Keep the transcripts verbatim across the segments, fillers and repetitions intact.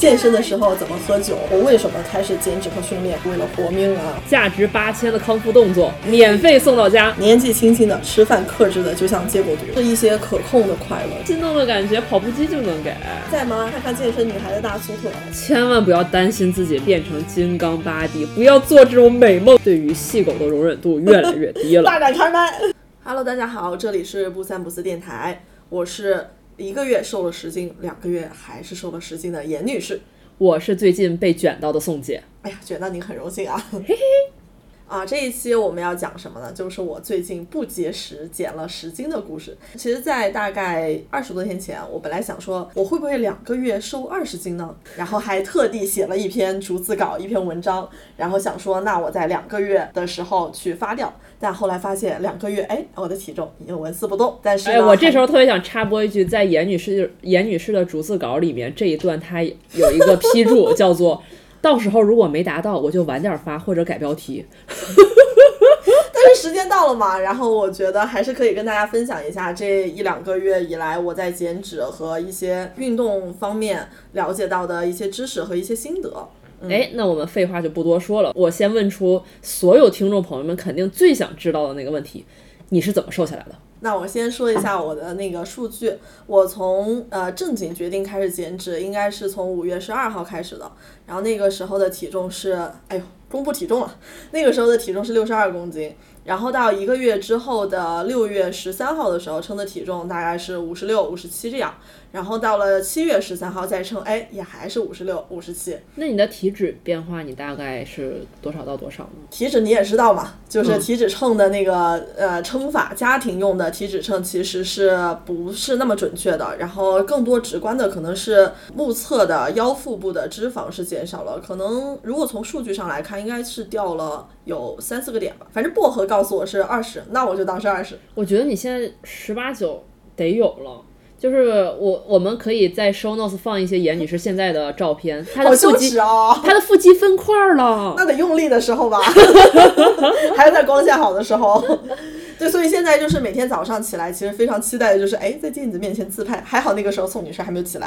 健身的时候怎么喝酒，我为什么开始减脂和训练，为了活命啊。 价值八千的康复动作免费送到家， 年纪轻轻的吃饭克制的就像戒过毒，是一些可控的快乐。 心动的感觉跑步机就能给。 在吗？看看健身女孩的大粗腿。 千万不要担心自己变成金刚芭比，不要做这种美梦。对于细狗的容忍度越来越低了。 大展开麦。Hello， 大家好，这里是不三不四电台，我是一个月瘦了十斤，两个月还是瘦了十斤的严女士。 我是最近被卷到的宋姐。 哎呀，卷到您很荣幸啊。 嘿嘿。 啊，这一期我们要讲什么呢？就是我最近不节食减了十斤的故事。其实在大概二十多天前，我本来想说我会不会两个月瘦二十斤呢，然后还特地写了一篇逐字稿，一篇文章，然后想说那我在两个月的时候去发掉。但后来发现两个月，哎，我的体重已经纹丝不动。但是哎，我这时候特别想插播一句，在严女士严女士的逐字稿里面，这一段她有一个批注叫做到时候如果没达到我就晚点发或者改标题。 但是时间到了嘛，然后我觉得还是可以跟大家分享一下这一两个月以来我在减脂和一些运动方面了解到的一些知识和一些心得。 哎、嗯，那我们废话就不多说了，我先问出所有听众朋友们肯定最想知道的那个问题，你是怎么瘦下来的？ 那我先说一下我的那个数据，我从呃正经决定开始减脂，应该是从五月十二号开始的，然后那个时候的体重是，哎呦，公布体重了，那个时候的体重是六十二公斤，然后到一个月之后的六月十三号的时候称的体重大概是五十六、五十七这样，然后到了七月十三号再称，哎，也还是五十六、五十七。 那你的体脂变化你大概是多少到多少呢？ 体脂你也知道嘛，就是体脂秤的那个、嗯、呃称法，家庭用的体脂秤其实是不是那么准确的，然后更多直观的可能是目测的腰腹部的脂肪是减少了，可能如果从数据上来看应该是掉了有三四个点吧，反正薄荷告诉我是二十，那我就当是二十。 我觉得你现在十八九得有了。就是我我们可以在 show notes 放一些严女士现在的照片，她的腹肌、 哦、 她的腹肌分块了， 那得用力的时候吧，还是在光线好的时候。对，所以现在就是每天早上起来，其实非常期待的就是哎，在镜子面前自拍，还好那个时候宋女士还没有起来。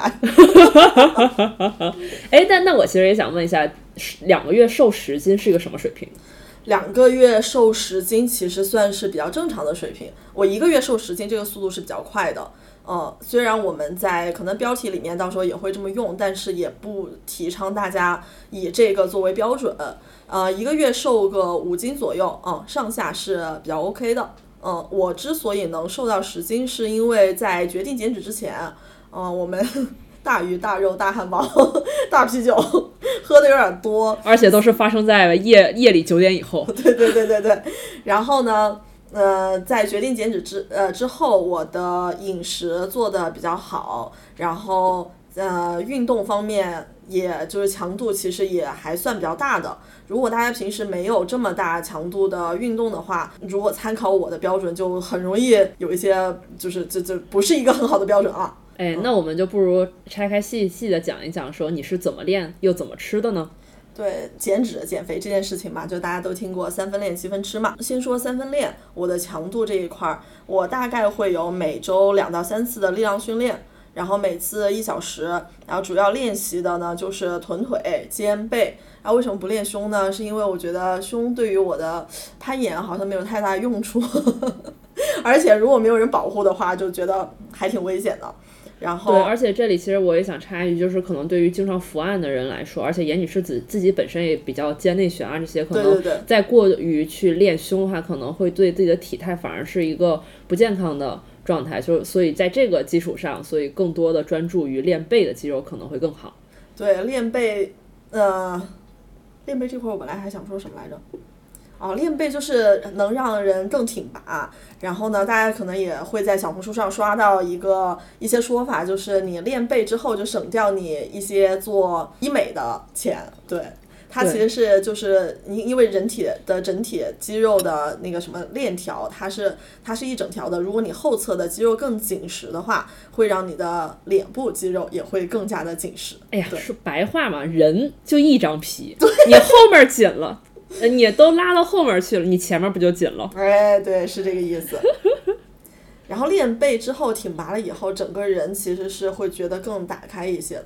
哎，但那我其实也想问一下，两个月瘦十斤是一个什么水平？ 两个月瘦十斤其实算是比较正常的水平，我一个月瘦十斤这个速度是比较快的。呃，虽然我们在可能标题里面到时候也会这么用，但是也不提倡大家以这个作为标准。呃，一个月瘦个五斤左右，嗯、呃，上下是比较 OK 的。嗯、呃，我之所以能瘦到十斤，是因为在决定减脂之前，嗯、呃，我们大鱼大肉大汉堡大啤酒喝的有点多， 而且都是发生在夜夜里九点以后。 对对对对对，然后呢？呃，在决定减脂之呃之后，我的饮食做的比较好，然后呃运动方面也就是强度其实也还算比较大的。如果大家平时没有这么大强度的运动的话，如果参考我的标准，就很容易有一些就是这这不是一个很好的标准啊。 哎，那我们就不如拆开细细的讲一讲，说你是怎么练又怎么吃的呢？ 对，减脂减肥这件事情嘛，就大家都听过三分练七分吃嘛。先说三分练，我的强度这一块，我大概会有每周两到三次的力量训练，然后每次一小时，然后主要练习的呢就是臀腿、肩背。然后为什么不练胸呢？是因为我觉得胸对于我的攀岩好像没有太大用处，而且如果没有人保护的话，就觉得还挺危险的。然后对，而且这里其实我也想插一句，就是可能对于经常伏案的人来说，而且严女士自自己本身也比较肩内旋啊，这些可能在过于去练胸的话，可能会对自己的体态反而是一个不健康的状态，就所以在这个基础上，所以更多的专注于练背的肌肉可能会更好。 对，练背，呃，练背这块我本来还想说什么来着？哦，练背就是能让人更挺拔，然后呢，大家可能也会在小红书上刷到一个一些说法，就是你练背之后就省掉你一些做医美的钱，对。它其实是就是因为人体的整体肌肉的那个什么链条，它是它是一整条的，如果你后侧的肌肉更紧实的话，会让你的脸部肌肉也会更加的紧实。 哎呀，说白话嘛，人就一张皮，你后面紧了你都拉到后面去了，你前面不就紧了？ 哎，对，是这个意思。然后练背之后挺拔了以后，整个人其实是会觉得更打开一些的。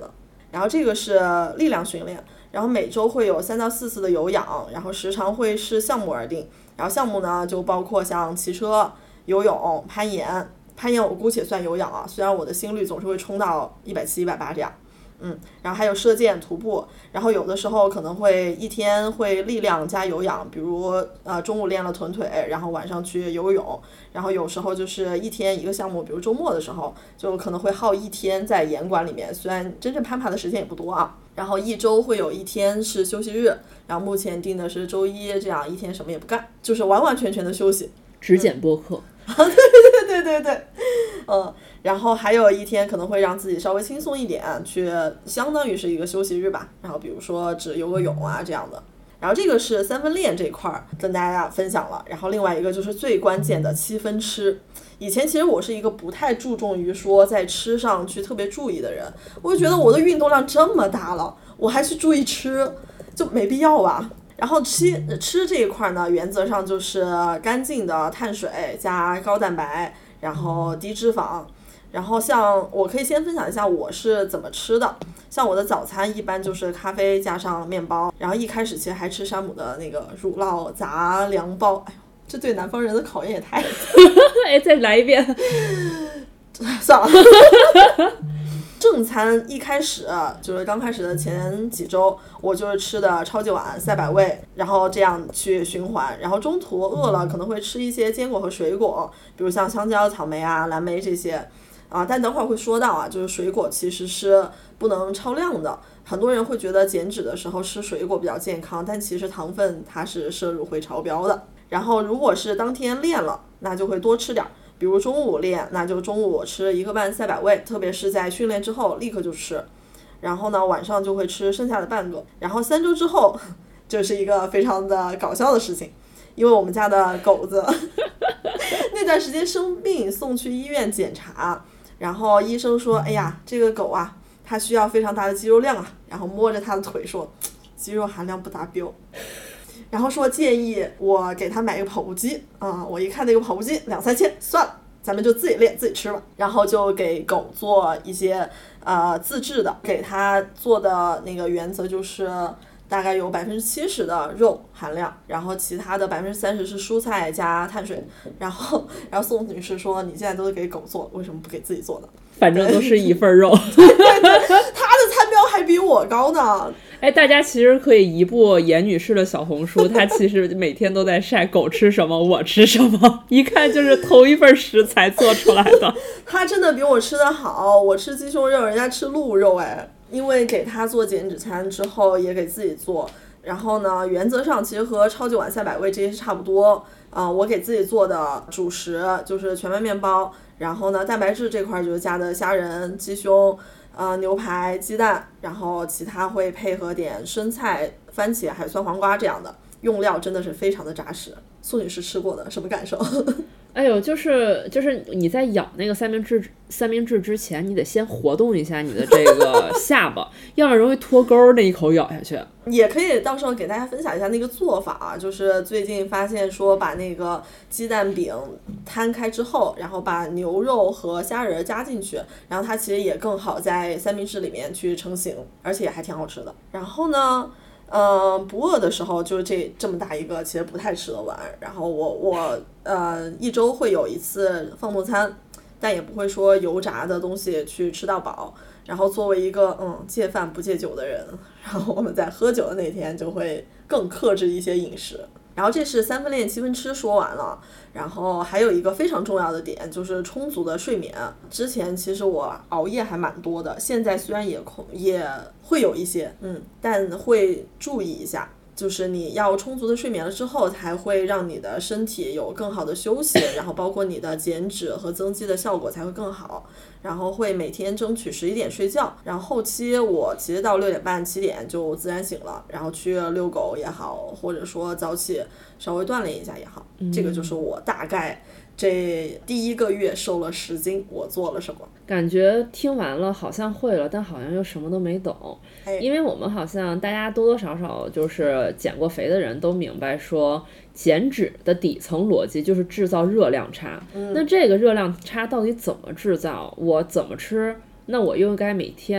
然后这个是力量训练，然后每周会有三到四次的有氧，然后时长会视项目而定。然后项目呢就包括像骑车、游泳、攀岩。攀岩我姑且算有氧啊，虽然我的心率总是会冲到一百七、一百八这样。嗯，然后还有射箭、徒步，然后有的时候可能会一天会力量加有氧，比如呃中午练了臀腿，然后晚上去游泳，然后有时候就是一天一个项目，比如周末的时候就可能会耗一天在岩馆里面，虽然真正攀爬的时间也不多啊。然后一周会有一天是休息日，然后目前定的是周一，这样一天什么也不干，就是完完全全的休息。 只剪播客。 嗯、对对对对对，嗯。然后还有一天可能会让自己稍微轻松一点，去相当于是一个休息日吧，然后比如说只游个泳啊这样的。然后这个是三分练这一块跟大家分享了，然后另外一个就是最关键的七分吃。以前其实我是一个不太注重于说在吃上去特别注意的人，我就觉得我的运动量这么大了，我还去注意吃就没必要吧。然后吃吃这一块呢，原则上就是干净的碳水加高蛋白，然后低脂肪。然后像我可以先分享一下我是怎么吃的，像我的早餐一般就是咖啡加上面包，然后一开始其实还吃山姆的那个乳酪杂粮包，哎呦，这对南方人的考验也太哎，再来一遍算了正餐一开始就是刚开始的前几周我就是吃的超级碗赛百味，然后这样去循环，然后中途饿了可能会吃一些坚果和水果，比如像香蕉、草莓啊、蓝莓这些啊，但等会儿会说到啊，就是水果其实是不能超量的。很多人会觉得减脂的时候吃水果比较健康，但其实糖分它是摄入会超标的。然后如果是当天练了，那就会多吃点，比如中午练，那就中午吃一个半赛百味，特别是在训练之后立刻就吃。然后呢，晚上就会吃剩下的半个。然后三周之后，这是一个非常的搞笑的事情，因为我们家的狗子那段时间生病，送去医院检查。然后医生说，哎呀，这个狗啊，它需要非常大的肌肉量啊，然后摸着它的腿说，肌肉含量不达标，然后说建议我给它买一个跑步机啊、嗯，我一看那个跑步机两三千，算了，咱们就自己练自己吃吧。然后就给狗做一些呃自制的，给它做的那个原则就是大概有百分之七十的肉含量，然后其他的百分之三十是蔬菜加碳水。然后，然后宋女士说：“你现在都是给狗做，为什么不给自己做呢？ 反正都是一份肉。” 对对对，她的餐标还比我高呢。 哎，大家其实可以移步严女士的小红书，她其实每天都在晒狗吃什么，我吃什么，一看就是同一份食材做出来的。 她真的比我吃的好，我吃鸡胸肉，人家吃鹿肉哎。因为给他做减脂餐之后也给自己做，然后呢原则上其实和超级碗赛百味这些是差不多啊、呃。我给自己做的主食就是全麦面包，然后呢蛋白质这块就是加的虾仁、鸡胸、呃牛排、鸡蛋，然后其他会配合点生菜、番茄还有酸黄瓜这样的，用料真的是非常的扎实。宋女士吃过的什么感受？ 哎呦，就是就是你在咬那个三明治三明治之前，你得先活动一下你的这个下巴，要不然容易脱钩，那一口咬下去。 也可以到时候给大家分享一下那个做法啊，就是最近发现说把那个鸡蛋饼摊开之后，然后把牛肉和虾仁加进去，然后它其实也更好在三明治里面去成型，而且还挺好吃的。然后呢呃，不饿的时候就是这这么大一个，其实不太吃得完。然后我我呃一周会有一次放纵餐，但也不会说油炸的东西去吃到饱。然后作为一个嗯戒饭不戒酒的人，然后我们在喝酒的那天就会更克制一些饮食。然后这是三分练七分吃说完了，然后还有一个非常重要的点就是充足的睡眠。之前其实我熬夜还蛮多的，现在虽然也也会有一些，嗯，但会注意一下，就是你要充足的睡眠了之后，才会让你的身体有更好的休息，然后包括你的减脂和增肌的效果才会更好。然后会每天争取十一点睡觉，然后后期我其实到六点半七点就自然醒了，然后去遛狗也好，或者说早起稍微锻炼一下也好，嗯、这个就是我大概这第一个月瘦了十斤我做了什么。 感觉听完了好像会了，但好像又什么都没懂。因为我们好像大家多多少少就是减过肥的人都明白说减脂的底层逻辑就是制造热量差、嗯、那这个热量差到底怎么制造，我怎么吃，那我又应该每天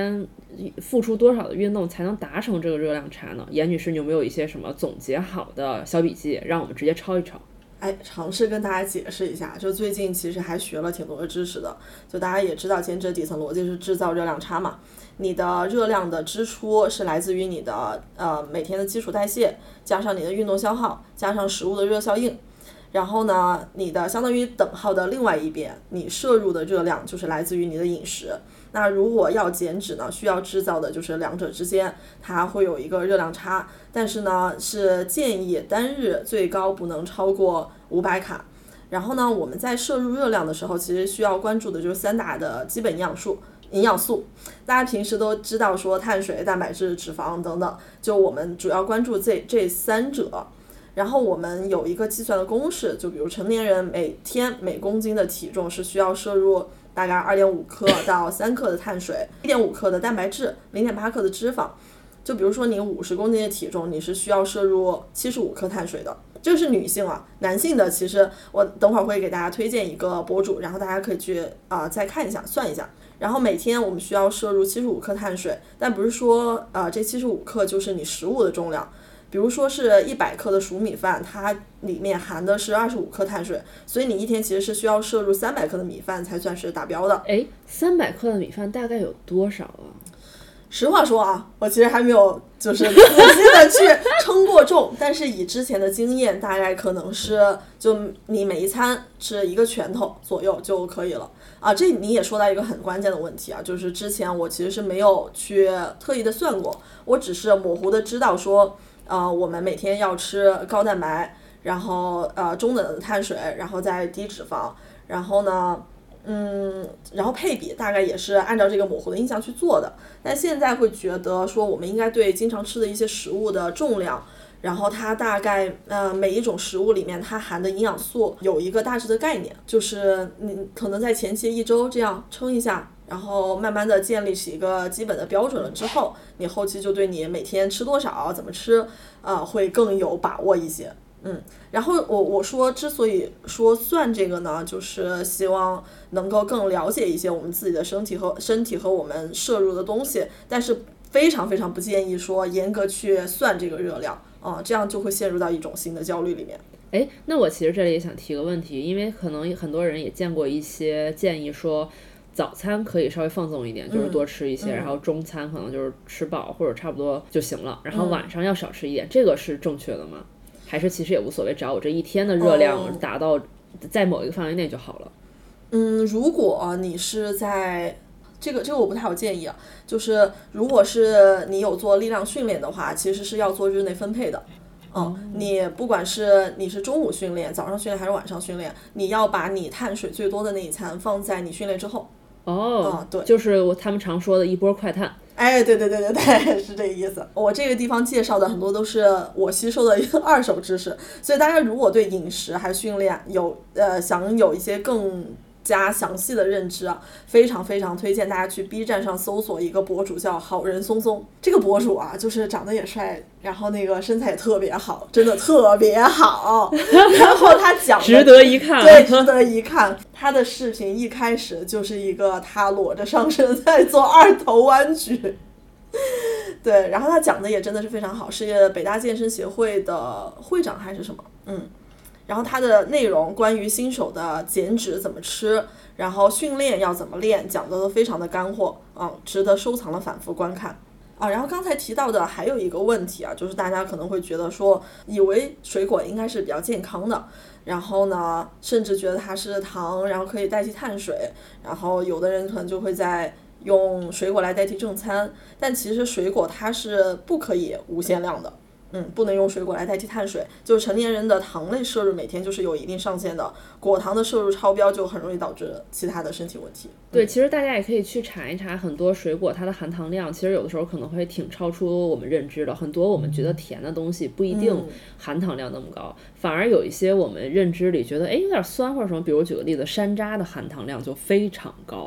付出多少的运动才能达成这个热量差呢？严女士，你有没有一些什么总结好的小笔记，让我们直接抄一抄？ 哎，尝试跟大家解释一下，就最近其实还学了挺多的知识的，就大家也知道减脂底层逻辑是制造热量差嘛，你的热量的支出是来自于你的呃每天的基础代谢，加上你的运动消耗，加上食物的热效应，然后呢，你的相当于等号的另外一边，你摄入的热量就是来自于你的饮食。那如果要减脂呢，需要制造的就是两者之间它会有一个热量差，但是呢是建议单日最高不能超过五百卡。然后呢，我们在摄入热量的时候，其实需要关注的就是三大的基本营养素。营养素，大家平时都知道说碳水、蛋白质、脂肪等等，就我们主要关注这这三者。然后我们有一个计算的公式，就比如成年人每天每公斤的体重是需要摄入大概 二点五克到三克的碳水， 一点五克的蛋白质， 零点八克的脂肪。就比如说你五十公斤的体重，你是需要摄入七十五克碳水的。这是女性啊，男性的其实我等会儿会给大家推荐一个博主，然后大家可以去啊、呃、再看一下算一下。然后每天我们需要摄入七十五克碳水，但不是说啊、呃、这七十五克就是你食物的重量。比如说是一百克的熟米饭，它里面含的是二十五克碳水，所以你一天其实是需要摄入三百克的米饭才算是达标的。 哎，三百克的米饭大概有多少啊？ 实话说啊，我其实还没有就是仔细的去称过重，但是以之前的经验，大概可能是就你每一餐吃一个拳头左右就可以了啊。这你也说到一个很关键的问题啊，就是之前我其实是没有去特意的算过，我只是模糊的知道说，呃，我们每天要吃高蛋白，然后呃中等的碳水，然后再低脂肪，然后呢。嗯，然后配比大概也是按照这个模糊的印象去做的，但现在会觉得说我们应该对经常吃的一些食物的重量，然后它大概呃每一种食物里面它含的营养素有一个大致的概念，就是你可能在前期一周这样称一下，然后慢慢的建立起一个基本的标准了之后，你后期就对你每天吃多少怎么吃啊、呃、会更有把握一些。嗯，然后我我说之所以说算这个呢，就是希望能够更了解一些我们自己的身体和身体和我们摄入的东西，但是非常非常不建议说严格去算这个热量啊、呃，这样就会陷入到一种新的焦虑里面。 哎，那我其实这里也想提个问题，因为可能很多人也见过一些建议说，早餐可以稍微放纵一点，就是多吃一些、嗯、然后中餐可能就是吃饱或者差不多就行了，然后晚上要少吃一点、嗯、这个是正确的吗？还是其实也无所谓，只要我这一天的热量达到在某一个范围内就好了。 嗯，如果你是在这个这个我不太有建议啊，就是如果是你有做力量训练的话，其实是要做日内分配的。嗯，你不管是你是中午训练、早上训练还是晚上训练，你要把你碳水最多的那一餐放在你训练之后。 哦、 嗯，对， 就是我他们常说的一波快碳。 哎，对对对对对，是这个意思。我这个地方介绍的很多都是我吸收的一个二手知识，所以大家如果对饮食还训练有呃想有一些更加详细的认知啊，非常非常推荐大家去 B 站上搜索一个博主叫好人松松。这个博主啊，就是长得也帅，然后那个身材也特别好，真的特别好。然后他讲的值得一看， 对，值得一看。他的视频一开始就是一个他裸着上身在做二头弯举。对，然后他讲的也真的是非常好，是北大健身协会的会长还是什么，嗯。然后它的内容关于新手的减脂怎么吃，然后训练要怎么练，讲的都非常的干货啊，值得收藏的反复观看啊。然后刚才提到的还有一个问题啊，就是大家可能会觉得说，以为水果应该是比较健康的，然后呢，甚至觉得它是糖，然后可以代替碳水，然后有的人可能就会在用水果来代替正餐，但其实水果它是不可以无限量的。嗯，不能用水果来代替碳水，就是成年人的糖类摄入每天就是有一定上限的，果糖的摄入超标就很容易导致其他的身体问题。 对，其实大家也可以去查一查，很多水果它的含糖量其实有的时候可能会挺超出我们认知的，很多我们觉得甜的东西不一定含糖量那么高、嗯、反而有一些我们认知里觉得哎有点酸或者什么，比如举个例子，山楂的含糖量就非常高。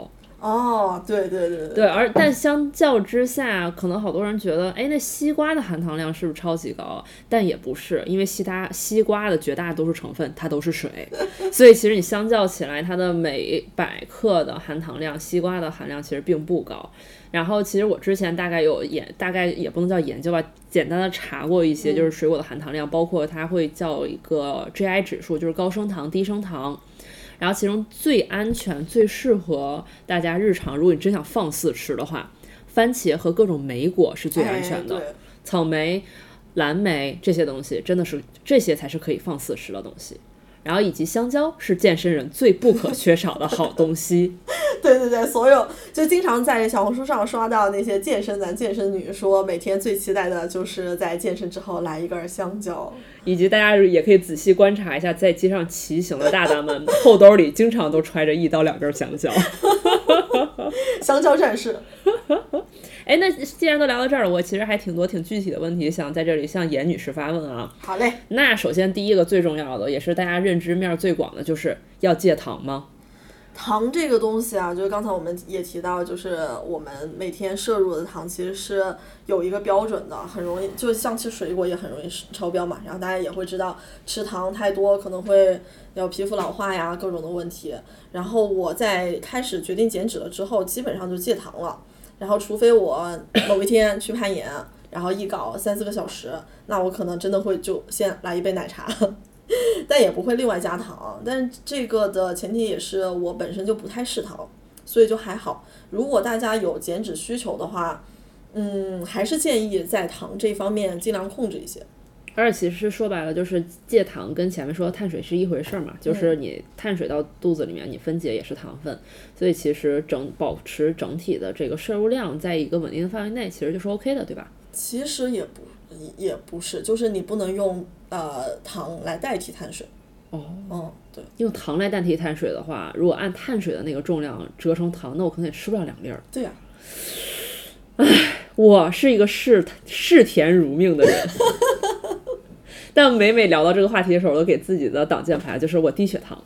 哦，对对对对对，而但相较之下，可能好多人觉得，哎，那西瓜的含糖量是不是超级高？但也不是，因为西瓜西瓜的绝大多数成分它都是水，所以其实你相较起来，它的每百克的含糖量，西瓜的含量其实并不高。然后其实我之前大概有研，大概也不能叫研究吧，简单的查过一些，就是水果的含糖量，嗯、包括它会叫一个 G I 指数，就是高升糖、低升糖。然后其中最安全最适合大家日常，如果你真想放肆吃的话，番茄和各种莓果是最安全的， 哎、 草莓、蓝莓这些东西真的是，这些才是可以放肆吃的东西。然后以及香蕉是健身人最不可缺少的好东西。 对对对，所有就经常在小红书上刷到那些健身男健身女说每天最期待的就是在健身之后来一根香蕉， 以及大家也可以仔细观察一下在街上骑行的大大们后兜里经常都揣着一到两根香蕉。 香蕉战士。 哎，那既然都聊到这儿了，我其实还挺多挺具体的问题想在这里向严女士发问啊。 好嘞。 那首先第一个最重要的，也是大家认知面最广的，就是要戒糖吗？ 糖这个东西啊，就是刚才我们也提到，就是我们每天摄入的糖其实是有一个标准的，很容易就像吃水果也很容易超标嘛。然后大家也会知道吃糖太多可能会有皮肤老化呀各种的问题。然后我在开始决定减脂了之后，基本上就戒糖了。然后除非我某一天去攀岩，然后一搞三四个小时，那我可能真的会就先来一杯奶茶。但也不会另外加糖，但这个的前提也是我本身就不太嗜糖，所以就还好。如果大家有减脂需求的话，嗯，还是建议在糖这方面尽量控制一些。 而且其实说白了，就是戒糖跟前面说的碳水是一回事嘛，就是你碳水到肚子里面，你分解也是糖分，所以其实整保持整体的这个摄入量在一个稳定的范围内，其实就是 OK 的，对吧？ 其实也不也不是，就是你不能用呃糖来代替碳水。 哦， 嗯，对， 用糖来代替碳水的话，如果按碳水的那个重量折成糖，那我可能也吃不了两粒儿。 对呀、 啊，唉，我是一个视视甜如命的人。但每每聊到这个话题的时候，我都给自己的挡箭牌，就是我低血糖。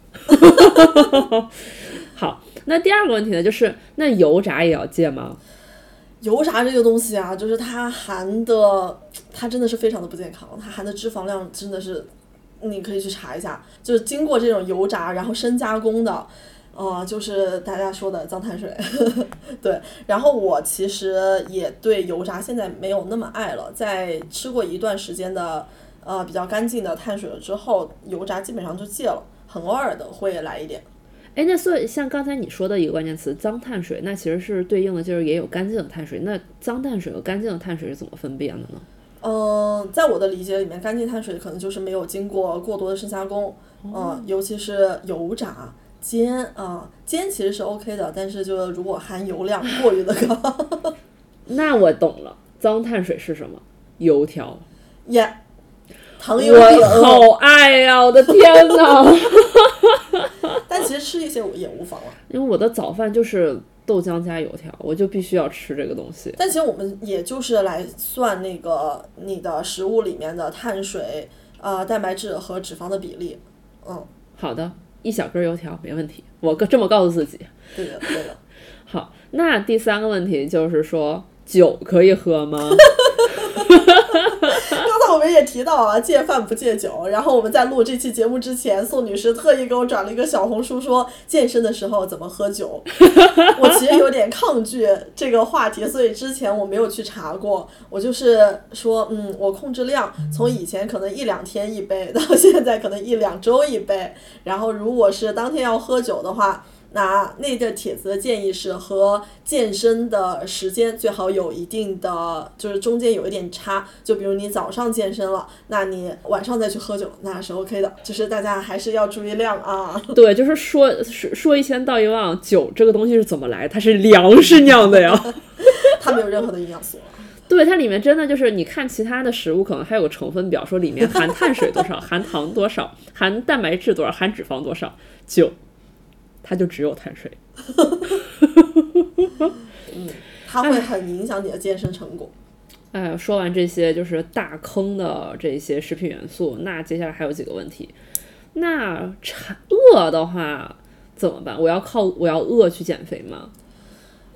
好，那第二个问题呢，就是那油炸也要戒吗？ 油炸这个东西啊，就是它含的，它真的是非常的不健康，它含的脂肪量真的是，你可以去查一下，就是经过这种油炸然后深加工的，呃，就是大家说的脏碳水。对，然后我其实也对油炸现在没有那么爱了，在吃过一段时间的呃比较干净的碳水了之后，油炸基本上就戒了，很偶尔的会来一点。 哎，那所以像刚才你说的一个关键词脏碳水，那其实是对应的就是也有干净的碳水，那脏碳水和干净的碳水是怎么分辨的呢？ 嗯、呃，在我的理解里面，干净碳水可能就是没有经过过多的深加工，嗯、呃哦，尤其是油炸、煎啊、呃，煎其实是 OK 的，但是就如果含油量过于的高， 那我懂了，脏碳水是什么？油条。 耶、yeah, 糖油饼， 我好爱呀、啊！我的天哪！ 但其实吃一些也无妨了， 因为我的早饭就是豆浆加油条，我就必须要吃这个东西。 但其实我们也就是来算那个你的食物里面的碳水、呃蛋白质和脂肪的比例。嗯， 好的，一小根油条没问题，我这么告诉自己。 对的，对的。 好，那第三个问题就是说，酒可以喝吗？ 刚才我们也提到了戒饭不戒酒，然后我们在录这期节目之前，宋女士特意给我转了一个小红书说健身的时候怎么喝酒。我其实有点抗拒这个话题，所以之前我没有去查过，我就是说嗯，我控制量，从以前可能一两天一杯到现在可能一两周一杯，然后如果是当天要喝酒的话，那那个帖子的建议是和健身的时间最好有一定的，就是中间有一点差，就比如你早上健身了，那你晚上再去喝酒那是 OK 的，就是大家还是要注意量啊。 对，就是说说一千道一万，酒这个东西是怎么来，它是粮食酿的呀。 它没有任何的营养素。 对，它里面真的就是你看其他的食物可能还有个成分表，说里面含碳水多少，含糖多少，含蛋白质多少，含脂肪多少，酒它就只有碳水。 嗯，它会很影响你的健身成果。 哎，说完这些就是大坑的这些食品元素，那接下来还有几个问题。那馋饿的话怎么办？我要靠我要饿去减肥吗？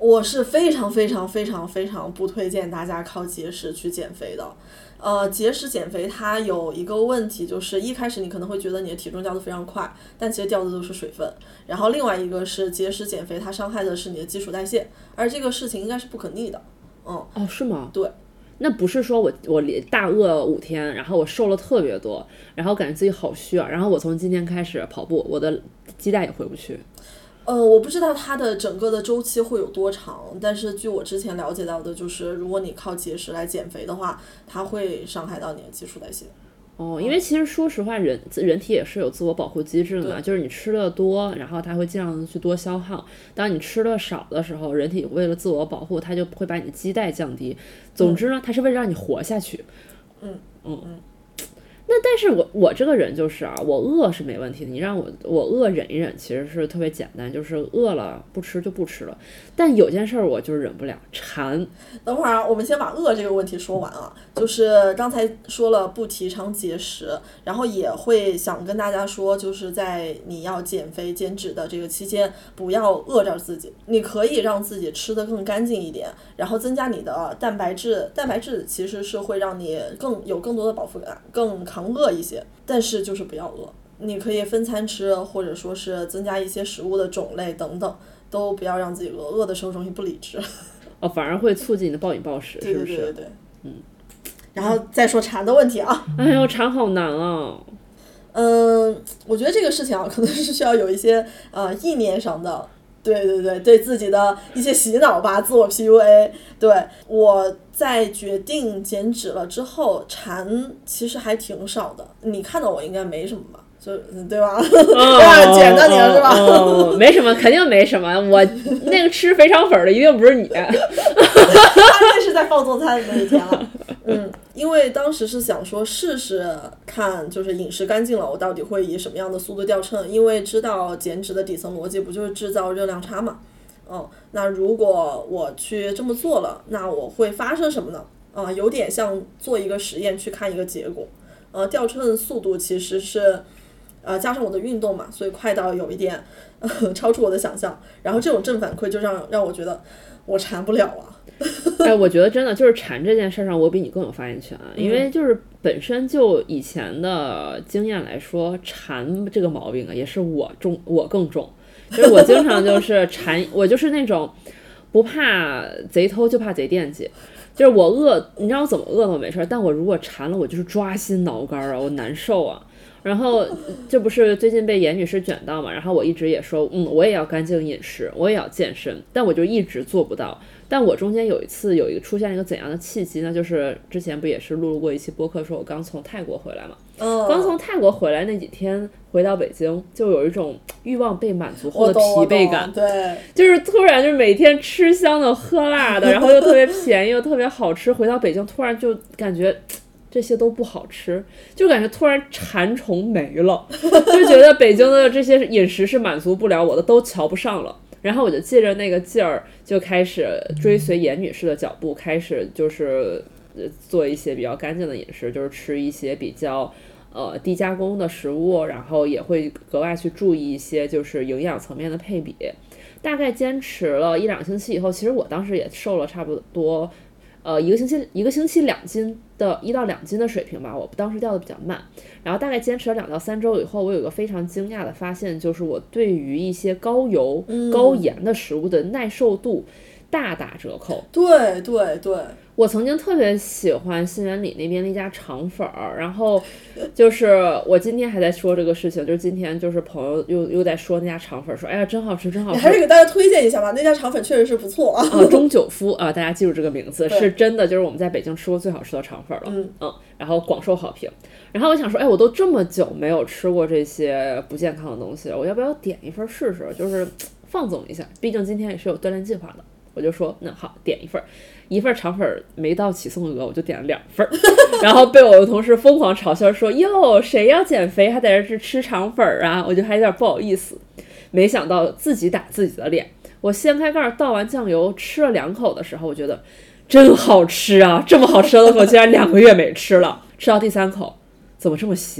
我是非常非常非常非常不推荐大家靠节食去减肥的。呃，节食减肥它有一个问题，就是一开始你可能会觉得你的体重掉得非常快，但其实掉的都是水分。然后另外一个是节食减肥，它伤害的是你的基础代谢，而这个事情应该是不可逆的。嗯， 哦，是吗？ 对。 那不是说我我大饿五天，然后我瘦了特别多，然后感觉自己好虚啊，然后我从今天开始跑步，我的基带也回不去。 呃，我不知道它的整个的周期会有多长，但是据我之前了解到的，就是如果你靠节食来减肥的话，它会伤害到你的基础代谢。 哦，因为其实说实话，人人体也是有自我保护机制的嘛，就是你吃的多，然后它会尽量去多消耗。当你吃的少的时候，人体为了自我保护，它就会把你的基带降低。总之呢，它是为了让你活下去。 嗯嗯嗯。那但是我我这个人就是啊，我饿是没问题的，你让我我饿忍一忍，其实是特别简单，就是饿了不吃就不吃了。但有件事儿我就是忍不了，馋。 等会儿啊，我们先把饿这个问题说完啊。就是刚才说了不提倡节食，然后也会想跟大家说，就是在你要减肥减脂的这个期间，不要饿着自己。你可以让自己吃得更干净一点，然后增加你的蛋白质。蛋白质其实是会让你更有更多的饱腹感，更抗饿一些。但是就是不要饿，你可以分餐吃，或者说是增加一些食物的种类等等，都不要让自己饿。饿的时候容易不理智。 哦，反而会促进你的暴饮暴食，是不是？ 对对对对，嗯。然后再说馋的问题啊。 哎呦，馋好难啊。 嗯，我觉得这个事情啊，可能是需要有一些呃意念上的，对对对，对自己的一些洗脑吧，自我 P U A。对，我在决定减脂了之后，馋其实还挺少的。你看到我应该没什么吧？就对吧？ 哦， 捡到你了是吧？ 哦，没什么，肯定没什么。我那个吃肥肠粉的一定不是你。他那是在放纵餐的那一天了。嗯，因为当时是想说试试看，就是饮食干净了，我到底会以什么样的速度掉秤？因为知道减脂的底层逻辑不就是制造热量差嘛？嗯，那如果我去这么做了，那我会发生什么呢？啊、呃，有点像做一个实验去看一个结果。呃，掉秤速度其实是。呃，加上我的运动嘛，所以快到有一点、呃、超出我的想象。然后这种正反馈就让让我觉得我馋不了啊。 哎，我觉得真的就是馋这件事上，我比你更有发言权，因为就是本身就以前的经验来说，馋这个毛病啊，也是我重，我更重。就是我经常就是馋，我就是那种不怕贼偷，就怕贼惦记。就是我饿，你让我怎么饿都没事，但我如果馋了，我就是抓心挠肝啊，我难受啊。然后这不是最近被严女士卷到嘛，然后我一直也说嗯我也要干净饮食，我也要健身，但我就一直做不到。但我中间有一次有一个出现一个怎样的契机呢，就是之前不也是录过一期播客说我刚从泰国回来嘛， 嗯， 刚从泰国回来那几天回到北京，就有一种欲望被满足后的疲惫感。 对， 就是突然就每天吃香的喝辣的，然后又特别便宜又特别好吃，回到北京突然就感觉这些都不好吃，就感觉突然馋虫没了，就觉得北京的这些饮食是满足不了我的，都瞧不上了。然后我就借着那个劲儿，就开始追随严女士的脚步，开始就是做一些比较干净的饮食，就是吃一些比较呃低加工的食物，然后也会格外去注意一些就是营养层面的配比。大概坚持了一两个星期以后，其实我当时也瘦了差不多呃一个星期一个星期两斤的一到两斤的水平吧，我当时掉的比较慢。然后大概坚持了两到三周以后，我有一个非常惊讶的发现，就是我对于一些高油、 嗯、 高盐的食物的耐受度大打折扣。 对对对， 我曾经特别喜欢新源里那边那家肠粉儿，然后就是我今天还在说这个事情，就是今天就是朋友又又在说那家肠粉，说哎呀真好吃真好吃。 你还是给大家推荐一下吧，那家肠粉确实是不错啊。 啊，钟九夫啊，大家记住这个名字，是真的，就是我们在北京吃过最好吃的肠粉了。 嗯嗯，然后广受好评。然后我想说，哎，我都这么久没有吃过这些不健康的东西了，我要不要点一份试试？就是放纵一下，毕竟今天也是有锻炼计划的。我就说那好，点一份，一份肠粉没到起送额，我就点了两份，然后被我的同事疯狂嘲笑说哟谁要减肥还在这吃肠粉啊，我就还有点不好意思。没想到自己打自己的脸，我掀开盖倒完酱油吃了两口的时候，我觉得真好吃啊，这么好吃的东西我竟然两个月没吃了，吃到第三口怎么这么咸，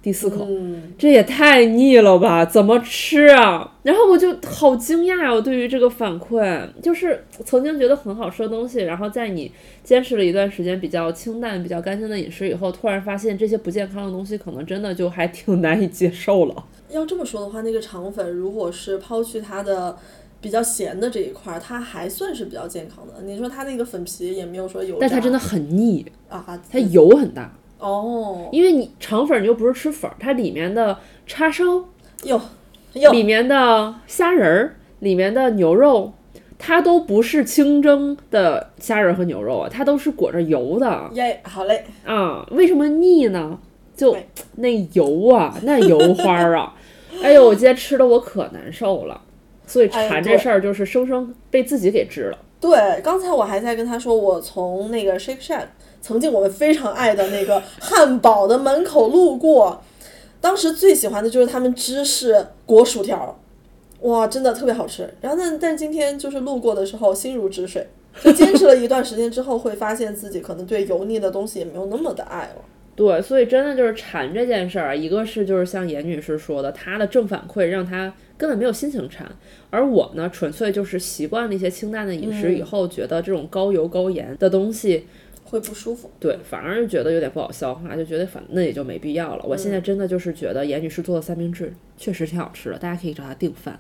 第四口、 嗯、 这也太腻了吧，怎么吃啊？然后我就好惊讶哦，对于这个反馈，就是曾经觉得很好吃的东西，然后在你坚持了一段时间比较清淡比较干净的饮食以后，突然发现这些不健康的东西可能真的就还挺难以接受了。 要这么说的话，那个肠粉如果是抛去它的比较咸的这一块，它还算是比较健康的。你说它那个粉皮也没有说油炸， 但它真的很腻啊， 它油很大哦。 因为你肠粉你又不是吃粉，它里面的叉烧哟哟， 里面的虾仁儿，里面的牛肉，它都不是清蒸的虾仁和牛肉啊，它都是裹着油的。 耶，好嘞啊，为什么腻呢？就那油啊，那油花啊，哎呦，我今天吃的我可难受了。所以馋这事儿就是生生被自己给治了。 对，刚才我还在跟他说，我从那个 Shake Shack 曾经我们非常爱的那个汉堡的门口路过，当时最喜欢的就是他们芝士裹薯条，哇，真的特别好吃。然后但但今天就是路过的时候心如止水，就坚持了一段时间之后，会发现自己可能对油腻的东西也没有那么的爱了。 对，所以真的就是馋这件事儿，一个是就是像严女士说的，她的正反馈让她根本没有心情馋，而我呢，纯粹就是习惯了一些清淡的饮食以后，嗯、觉得这种高油高盐的东西会不舒服， 对，反而就觉得有点不好消化，就觉得反那也就没必要了。我现在真的就是觉得严女士做的三明治确实挺好吃的，大家可以找她订饭。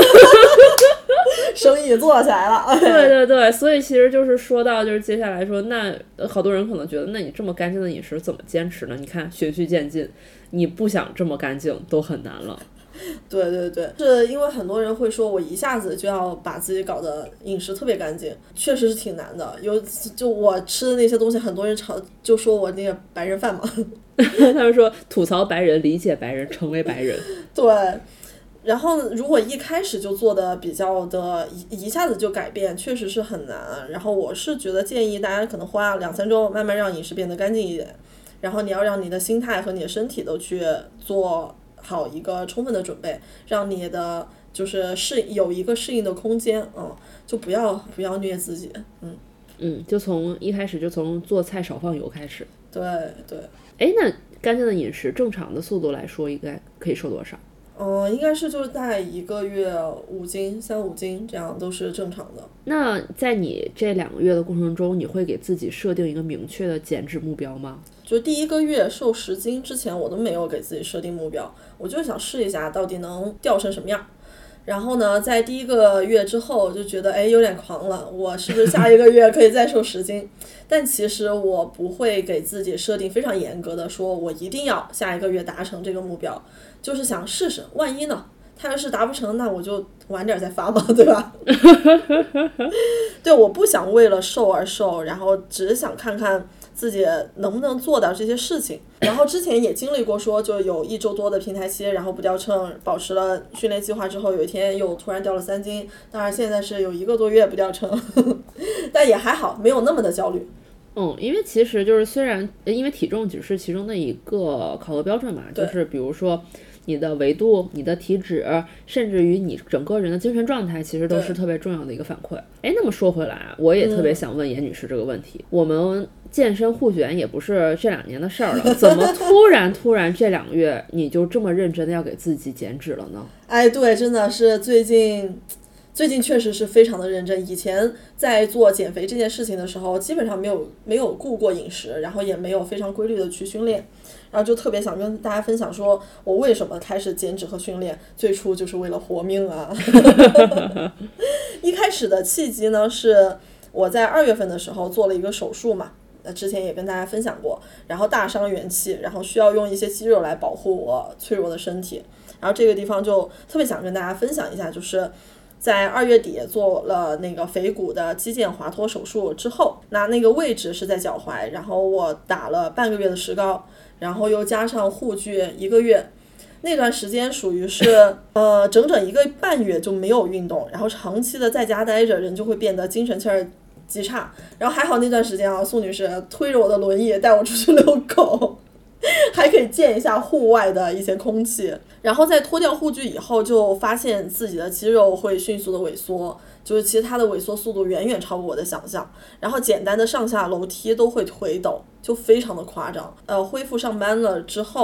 生意做起来了。 对对对，所以其实就是说到就是接下来说，那好多人可能觉得，那你这么干净的饮食怎么坚持呢？你看循序渐进，你不想这么干净都很难了。 对对对，是因为很多人会说我一下子就要把自己搞得饮食特别干净，确实是挺难的。有就我吃的那些东西，很多人吵就说我那个白人饭嘛。 他们说吐槽白人，理解白人，成为白人。 对。然后如果一开始就做的比较的一一下子就改变，确实是很难。然后我是觉得建议大家可能花两三周慢慢让饮食变得干净一点，然后你要让你的心态和你的身体都去做好一个充分的准备，让你的就是适有一个适应的空间，嗯，就不要不要虐自己，嗯嗯，就从一开始就从做菜少放油开始。 对对。 哎，那干净的饮食正常的速度来说，应该可以瘦多少？ 嗯，应该是就是大概一个月五斤三五斤这样都是正常的。 那在你这两个月的过程中，你会给自己设定一个明确的减脂目标吗？ 就第一个月瘦十斤之前，我都没有给自己设定目标，我就想试一下到底能掉成什么样。然后呢，在第一个月之后就觉得哎有点狂了，我是不是下一个月可以再瘦十斤？但其实我不会给自己设定非常严格的，说我一定要下一个月达成这个目标，就是想试试，万一呢？他要是达不成，那我就晚点再发嘛，对吧？对，我不想为了瘦而瘦，然后只是想看看自己能不能做到这些事情。然后之前也经历过说就有一周多的平台期，然后不掉秤，保持了训练计划之后，有一天又突然掉了三斤，当然现在是有一个多月不掉秤，但也还好，没有那么的焦虑。 嗯，因为其实就是虽然因为体重只是其中的一个考核标准嘛，就是比如说你的维度、你的体脂，甚至于你整个人的精神状态，其实都是特别重要的一个反馈。哎，那么说回来啊，我也特别想问严女士这个问题。嗯、我们健身护卷也不是这两年的事儿了，怎么突然突然这两个月你就这么认真的要给自己减脂了呢？ 哎，对，真的是最近。最近确实是非常的认真，以前在做减肥这件事情的时候，基本上没有没有顾过饮食，然后也没有非常规律的去训练，然后就特别想跟大家分享说，我为什么开始减脂和训练，最初就是为了活命啊。一开始的契机呢，是我在二月份的时候做了一个手术嘛，那之前也跟大家分享过，然后大伤元气，然后需要用一些肌肉来保护我脆弱的身体，然后这个地方就特别想跟大家分享一下，就是在二月底做了那个腓骨的肌腱滑脱手术之后，那那个位置是在脚踝，然后我打了半个月的石膏，然后又加上护具一个月，那段时间属于是呃整整一个半月就没有运动，然后长期的在家待着，人就会变得精神气儿极差。然后还好那段时间啊，苏女士推着我的轮椅带我出去遛狗，还可以见一下户外的一些空气。然后在脱掉护具以后，就发现自己的肌肉会迅速的萎缩，就是其实它的萎缩速度远远超过我的想象，然后简单的上下楼梯都会腿抖，就非常的夸张。呃，恢复上班了之后，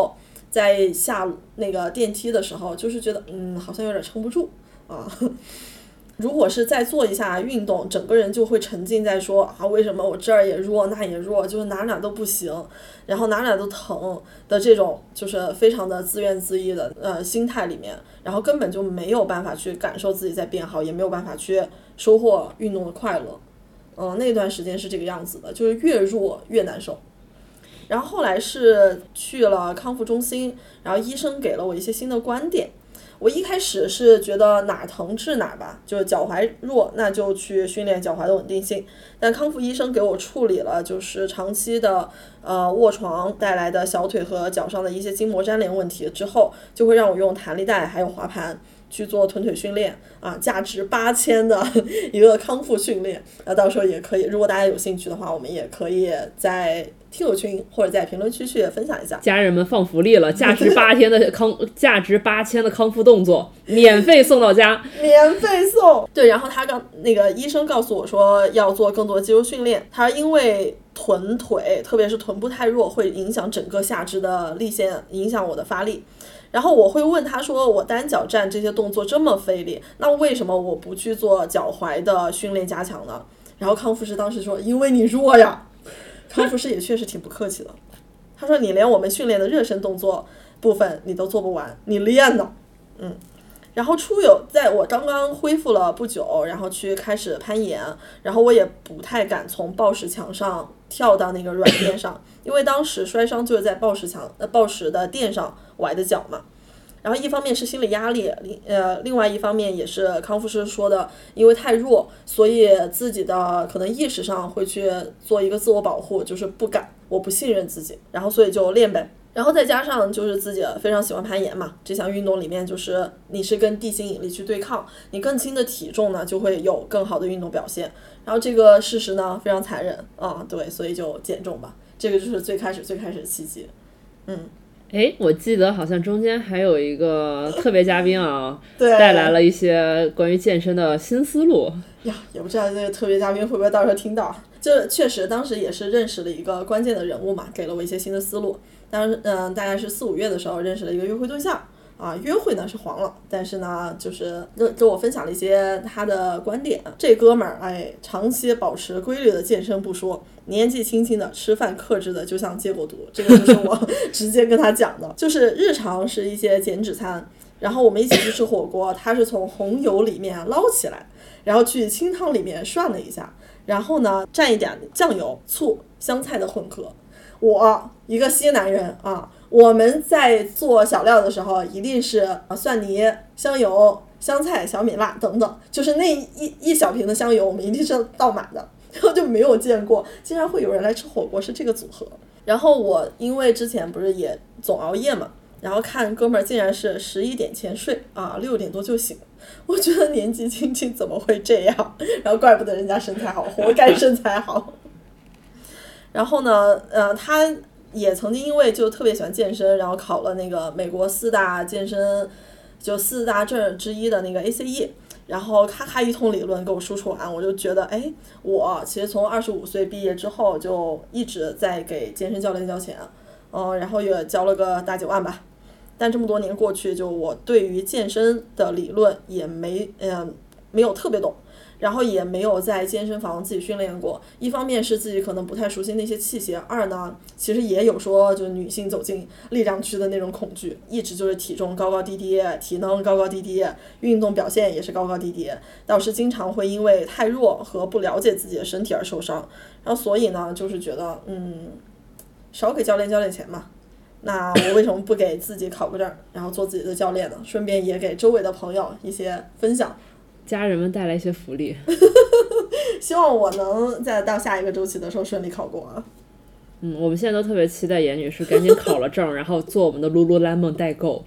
在下那个电梯的时候，就是觉得嗯好像有点撑不住啊。如果是再做一下运动，整个人就会沉浸在说啊为什么我这儿也弱那也弱，就是哪哪都不行，然后哪哪都疼的这种就是非常的自怨自艾的呃心态里面，然后根本就没有办法去感受自己在变好，也没有办法去收获运动的快乐。嗯，那段时间是这个样子的，就是越弱越难受。然后后来是去了康复中心，然后医生给了我一些新的观点。我一开始是觉得哪疼治哪吧，就是脚踝弱那就去训练脚踝的稳定性，但康复医生给我处理了就是长期的呃卧床带来的小腿和脚上的一些筋膜粘连问题之后，就会让我用弹力带还有滑盘去做臀腿训练啊，价值八千的一个康复训练，那到时候也可以，如果大家有兴趣的话，我们也可以在听友群或者在评论区去分享一下。 家人们放福利了，价值八天的康，价值八千的康复动作，免费送到家， 免费送。对，然后他刚那个医生告诉我说要做更多肌肉训练，他因为臀腿特别是臀部太弱，会影响整个下肢的力线，影响我的发力。然后我会问他说，我单脚站这些动作这么费力，那为什么我不去做脚踝的训练加强呢？然后康复师当时说，因为你弱呀。康复师也确实挺不客气的，他说你连我们训练的热身动作部分你都做不完，你练呢。嗯，然后出游，在我刚刚恢复了不久，然后去开始攀岩，然后我也不太敢从抱石墙上跳到那个软垫上，因为当时摔伤就是在抱石墙呃抱石的垫上崴的脚嘛。然后一方面是心理压力，呃，另外一方面也是康复师说的，因为太弱，所以自己的可能意识上会去做一个自我保护，就是不敢，我不信任自己，然后所以就练呗。然后再加上就是自己非常喜欢攀岩嘛，这项运动里面就是你是跟地心引力去对抗，你更轻的体重呢就会有更好的运动表现。然后这个事实呢非常残忍啊、嗯，对，所以就减重吧，这个就是最开始最开始的契机。嗯。 哎，我记得好像中间还有一个特别嘉宾啊，带来了一些关于健身的新思路呀，也不知道这个特别嘉宾会不会到时候听到。就确实当时也是认识了一个关键的人物嘛，给了我一些新的思路。当时嗯、呃，大概是四五月的时候认识了一个约会对象啊，约会呢是黄了，但是呢就是跟跟我分享了一些他的观点。这哥们儿哎，长期保持规律的健身不说，年纪轻轻的吃饭克制的就像戒过毒，这个就是我直接跟他讲的。就是日常是一些减脂餐，然后我们一起去吃火锅，他是从红油里面捞起来，然后去清汤里面涮了一下，然后呢蘸一点酱油、醋、香菜的混合。我一个西南人啊，我们在做小料的时候一定是蒜泥、香油、香菜、小米辣等等，就是那一一小瓶的香油我们一定是倒满的，然后就没有见过竟然会有人来吃火锅是这个组合。然后我因为之前不是也总熬夜嘛，然后看哥们儿竟然是十一点前睡啊，六点多就醒，我觉得年纪轻轻怎么会这样，然后怪不得人家身材好，活该身材好。然后呢呃，他也曾经因为就特别喜欢健身，然后考了那个美国四大健身就四大证之一的那个 A C E， 然后咔咔一通理论给我输出完，我就觉得哎，我其实从二十五岁毕业之后就一直在给健身教练交钱，嗯，然后也交了个大几万吧，但这么多年过去，就我对于健身的理论也没嗯没有特别懂，然后也没有在健身房自己训练过。一方面是自己可能不太熟悉那些器械，二呢其实也有说就女性走进力量区的那种恐惧，一直就是体重高高低低，体能高高低低，运动表现也是高高低低，导致经常会因为太弱和不了解自己的身体而受伤。然后所以呢就是觉得嗯少给教练交点钱嘛，那我为什么不给自己考个证，然后做自己的教练呢？顺便也给周围的朋友一些分享， 家人们带来一些福利。 希望我能在到下一个周期的时候顺利考过啊。 嗯，我们现在都特别期待严女士赶紧考了证，然后做我们的 Lululemon 代购。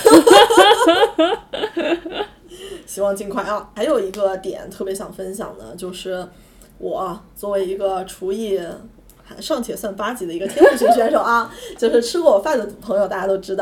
希望尽快啊！还有一个点特别想分享的，就是我作为一个厨艺尚且算八级的一个天赋型选手啊，就是吃过我饭的朋友大家都知道，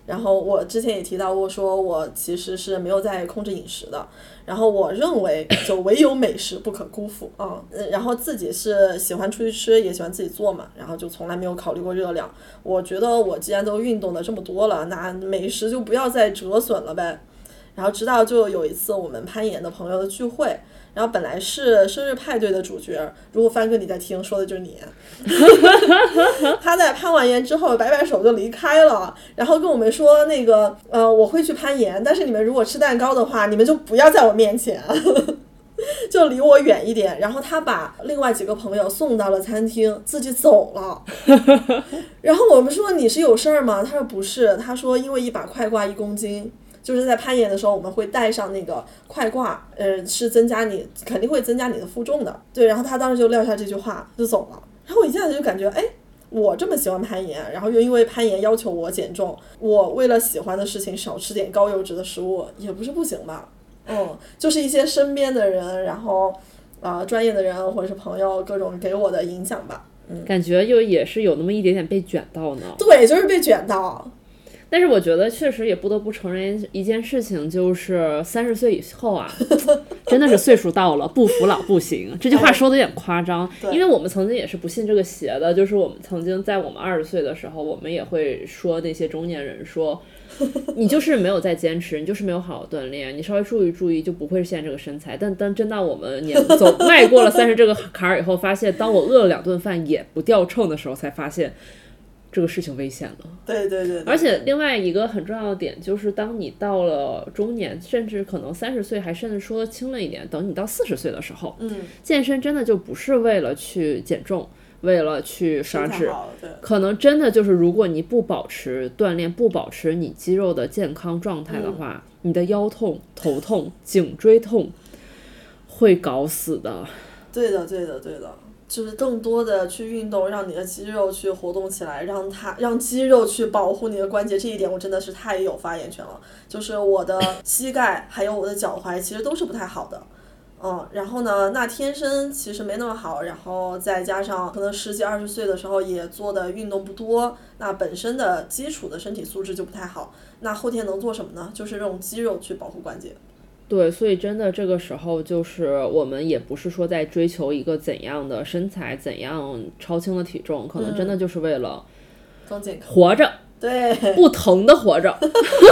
然后我之前也提到过，说我其实是没有在控制饮食的。然后我认为，就唯有美食不可辜负啊、嗯。然后自己是喜欢出去吃，也喜欢自己做嘛。然后就从来没有考虑过热量。我觉得我既然都运动的这么多了，那美食就不要再折损了呗。然后直到就有一次我们攀岩的朋友的聚会。然后本来是生日派对的主角，如果帆哥你在听，说的就是你。他在攀完岩之后摆摆手就离开了，然后跟我们说那个呃我会去攀岩，但是你们如果吃蛋糕的话，你们就不要在我面前，就离我远一点。然后他把另外几个朋友送到了餐厅，自己走了。然后我们说你是有事儿吗？他说不是，他说因为一把快挂一公斤。就是在攀岩的时候我们会带上那个快挂，呃，是增加你肯定会增加你的负重的。对，然后他当时就撂下这句话就走了。然后我一下子就感觉，哎，我这么喜欢攀岩，然后又因为攀岩要求我减重，我为了喜欢的事情少吃点高油脂的食物也不是不行吧。嗯，就是一些身边的人，然后啊、呃、专业的人或者是朋友各种给我的影响吧。嗯， 感觉又也是有那么一点点被卷到呢。 对，就是被卷到。 但是我觉得确实也不得不承认一件事情，就是三十岁以后啊，真的是岁数到了，不服老不行。这句话说的有点夸张，因为我们曾经也是不信这个邪的，就是我们曾经在我们二十岁的时候，我们也会说那些中年人说，你就是没有在坚持，你就是没有好好锻炼，你稍微注意注意就不会是现在这个身材。但当真到我们年走迈过了三十这个坎儿以后，发现当我饿了两顿饭也不掉秤的时候，才发现。这个事情危险了。 对对 对, 对。 而且另外一个很重要的点就是，当你到了中年，甚至可能三十岁，还甚至说的轻了一点，等你到四十岁的时候， 嗯， 健身真的就不是为了去减重，为了去刷脂， 对， 可能真的就是如果你不保持锻炼，不保持你肌肉的健康状态的话，嗯、你的腰痛、头痛、颈椎痛会搞死的。 对的，对的，对的。就是更多的去运动，让你的肌肉去活动起来，让它让肌肉去保护你的关节，这一点我真的是太有发言权了。就是我的膝盖还有我的脚踝其实都是不太好的，嗯，然后呢，那天生其实没那么好，然后再加上可能十几二十岁的时候也做的运动不多，那本身的基础的身体素质就不太好，那后天能做什么呢？就是用肌肉去保护关节。 对，所以真的这个时候就是我们也不是说在追求一个怎样的身材，怎样超轻的体重，可能真的就是为了更健康， 活着， 对， 不疼的活着。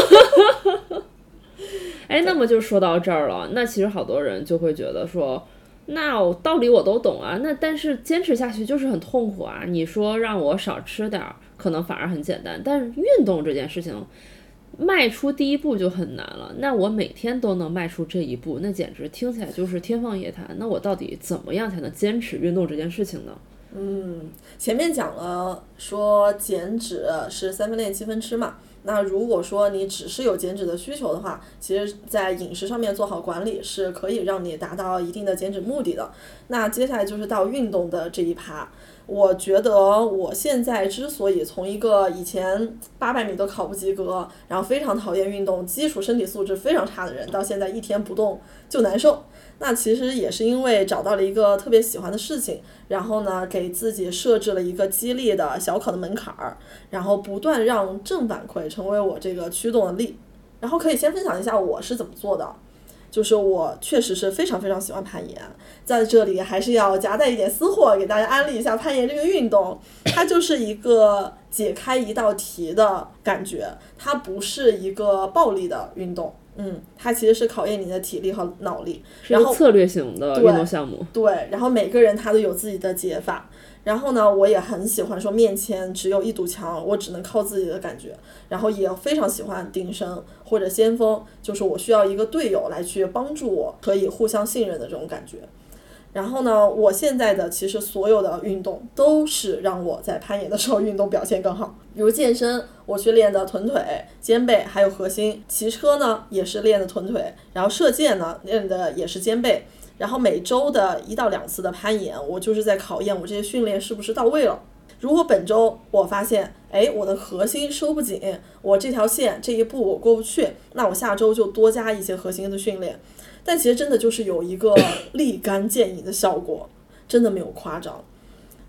哎，那么就说到这儿了，那其实好多人就会觉得说，那我道理我都懂啊，那但是坚持下去就是很痛苦啊。你说让我少吃点儿，可能反而很简单，但是运动这件事情迈出第一步就很难了，那我每天都能迈出这一步，那简直听起来就是天方夜谭。那我到底怎么样才能坚持运动这件事情呢？ 嗯，前面讲了说减脂是三分练七分吃嘛，那如果说你只是有减脂的需求的话，其实在饮食上面做好管理是可以让你达到一定的减脂目的的。那接下来就是到运动的这一趴，我觉得我现在之所以从一个以前八百米都考不及格，然后非常讨厌运动，基础身体素质非常差的人，到现在一天不动就难受，那其实也是因为找到了一个特别喜欢的事情，然后呢给自己设置了一个激励的小考的门槛儿，然后不断让正反馈成为我这个驱动的力。然后可以先分享一下我是怎么做的，就是我确实是非常非常喜欢攀岩，在这里还是要夹带一点私货给大家安利一下攀岩这个运动，它就是一个解开一道题的感觉，它不是一个暴力的运动，嗯，它其实是考验你的体力和脑力， 是一个策略型的运动项目。 对，对，然后每个人他都有自己的解法。然后呢，我也很喜欢说面前只有一堵墙，我只能靠自己的感觉。然后也非常喜欢顶绳或者先锋，就是我需要一个队友来去帮助我，可以互相信任的这种感觉。然后呢，我现在的其实所有的运动都是让我在攀岩的时候运动表现更好。比如健身，我去练的臀腿、肩背还有核心；骑车呢也是练的臀腿，然后射箭呢练的也是肩背。然后每周的一到两次的攀岩，我就是在考验我这些训练是不是到位了。如果本周我发现，哎，我的核心收不紧，我这条线这一步我过不去，那我下周就多加一些核心的训练。但其实真的就是有一个立竿见影的效果，真的没有夸张。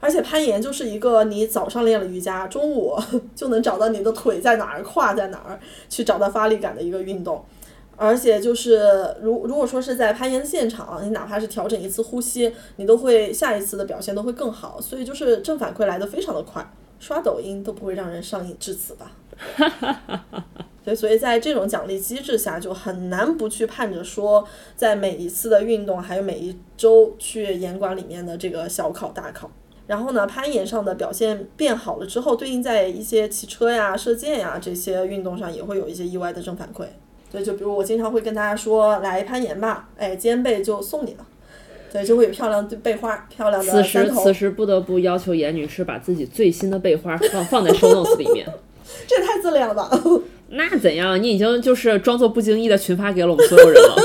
而且攀岩就是一个你早上练了瑜伽，中午就能找到你的腿在哪儿，胯在哪儿，去找到发力感的一个运动。而且就是如如果说是在攀岩现场，你哪怕是调整一次呼吸，你都会下一次的表现都会更好，所以就是正反馈来的非常的快，刷抖音都不会让人上瘾至此吧。对，所以在这种奖励机制下，就很难不去盼着说在每一次的运动还有每一周去岩馆里面的这个小考大考。然后呢，攀岩上的表现变好了之后，对应在一些骑车呀射箭呀这些运动上也会有一些意外的正反馈。对，就比如我经常会跟大家说来攀岩吧，哎，肩背就送你了，对，就会有漂亮的背花，漂亮的此时三头。 此时不得不要求严女士把自己最新的背花放放在 show notes 里面。 这也太自恋了吧。 那怎样，你已经就是装作不经意的群发给了我们所有人了。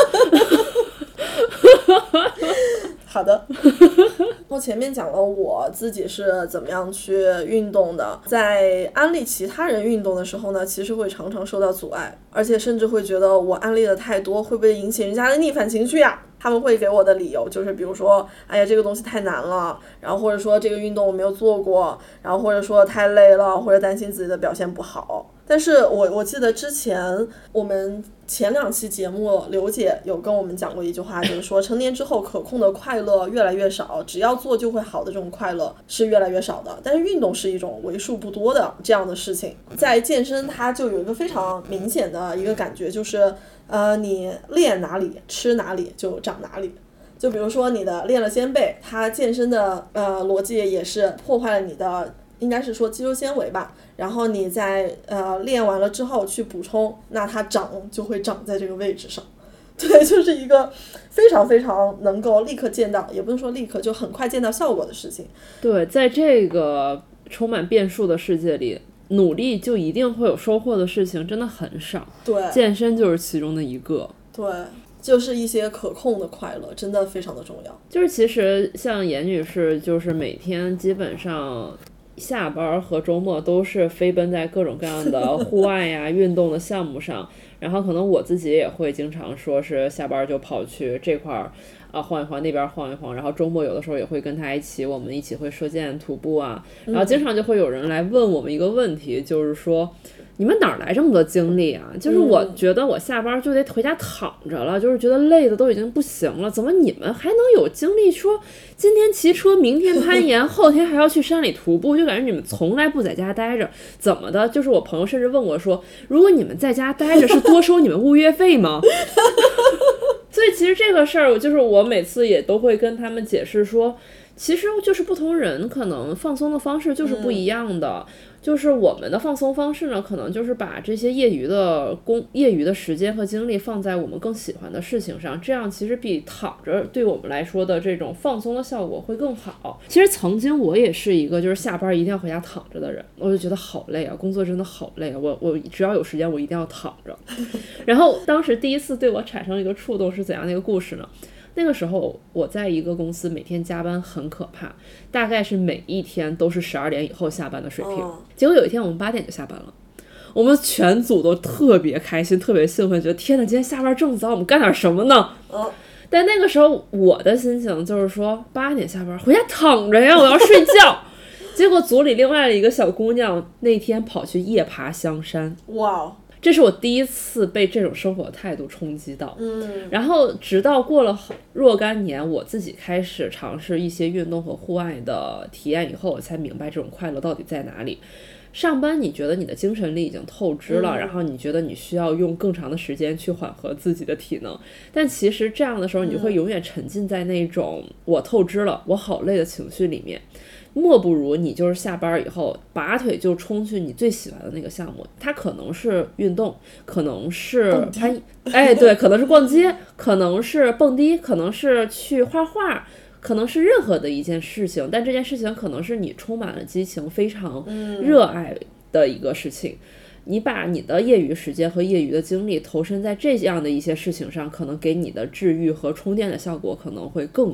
好的。我前面讲了我自己是怎么样去运动的，在安利其他人运动的时候呢，其实会常常受到阻碍，而且甚至会觉得我安利的太多会不会引起人家的逆反情绪啊。他们会给我的理由就是比如说，哎呀这个东西太难了，然后或者说这个运动我没有做过，然后或者说太累了，或者担心自己的表现不好。但是我我记得之前我们前两期节目刘姐有跟我们讲过一句话，就是说成年之后可控的快乐越来越少，只要做就会好的这种快乐是越来越少的，但是运动是一种为数不多的这样的事情。在健身它就有一个非常明显的一个感觉，就是呃你练哪里吃哪里就长哪里。就比如说你的练了肩背，它健身的呃逻辑也是破坏了你的应该是说肌肉纤维吧，然后你在呃练完了之后去补充，那它长就会长在这个位置上。对，就是一个非常非常能够立刻见到，也不能说立刻，就很快见到效果的事情。 对，在这个充满变数的世界里，努力就一定会有收获的事情真的很少。 对， 健身就是其中的一个。 对，就是一些可控的快乐真的非常的重要。 就是其实像严女士，就是每天基本上下班和周末都是飞奔在各种各样的户外呀运动的项目上，然后可能我自己也会经常说是下班就跑去这块儿啊晃一晃，那边晃一晃，然后周末有的时候也会跟他一起，我们一起会射箭徒步啊，然后经常就会有人来问我们一个问题，就是说你们哪来这么多精力啊？就是我觉得我下班就得回家躺着了，就是觉得累的都已经不行了，怎么你们还能有精力说今天骑车，明天攀岩，后天还要去山里徒步？就感觉你们从来不在家待着，怎么的？就是我朋友甚至问我说，如果你们在家待着是多收你们物业费吗？所以其实这个事儿，就是我每次也都会跟他们解释说，其实就是不同人可能放松的方式就是不一样的。嗯，就是我们的放松方式呢，可能就是把这些业余的工业余的时间和精力放在我们更喜欢的事情上，这样其实比躺着对我们来说的这种放松的效果会更好。其实曾经我也是一个就是下班一定要回家躺着的人，我就觉得好累啊，工作真的好累啊，我我只要有时间我一定要躺着。然后当时第一次对我产生一个触动是怎样的一个故事呢？那个时候我在一个公司每天加班很可怕，大概是每一天都是十二点以后下班的水平。哦，结果有一天我们八点就下班了，我们全组都特别开心特别兴奋，觉得天哪，今天下班这么早，我们干点什么呢？哦，但那个时候我的心情就是说八点下班回家躺着呀，我要睡觉。结果组里另外的一个小姑娘那天跑去夜爬香山。哇，这是我第一次被这种生活态度冲击到。嗯，然后直到过了若干年，我自己开始尝试一些运动和户外的体验以后，我才明白这种快乐到底在哪里。上班你觉得你的精神力已经透支了，嗯，然后你觉得你需要用更长的时间去缓和自己的体能，但其实这样的时候你就会永远沉浸在那种我透支了我好累的情绪里面。莫不如你就是下班以后拔腿就冲去你最喜欢的那个项目，它可能是运动，可能是攀，哎，对，可能是逛街，可能是蹦迪，可能是去画画，可能是任何的一件事情，但这件事情可能是你充满了激情非常热爱的一个事情，嗯，你把你的业余时间和业余的精力投身在这样的一些事情上，可能给你的治愈和充电的效果可能会更好。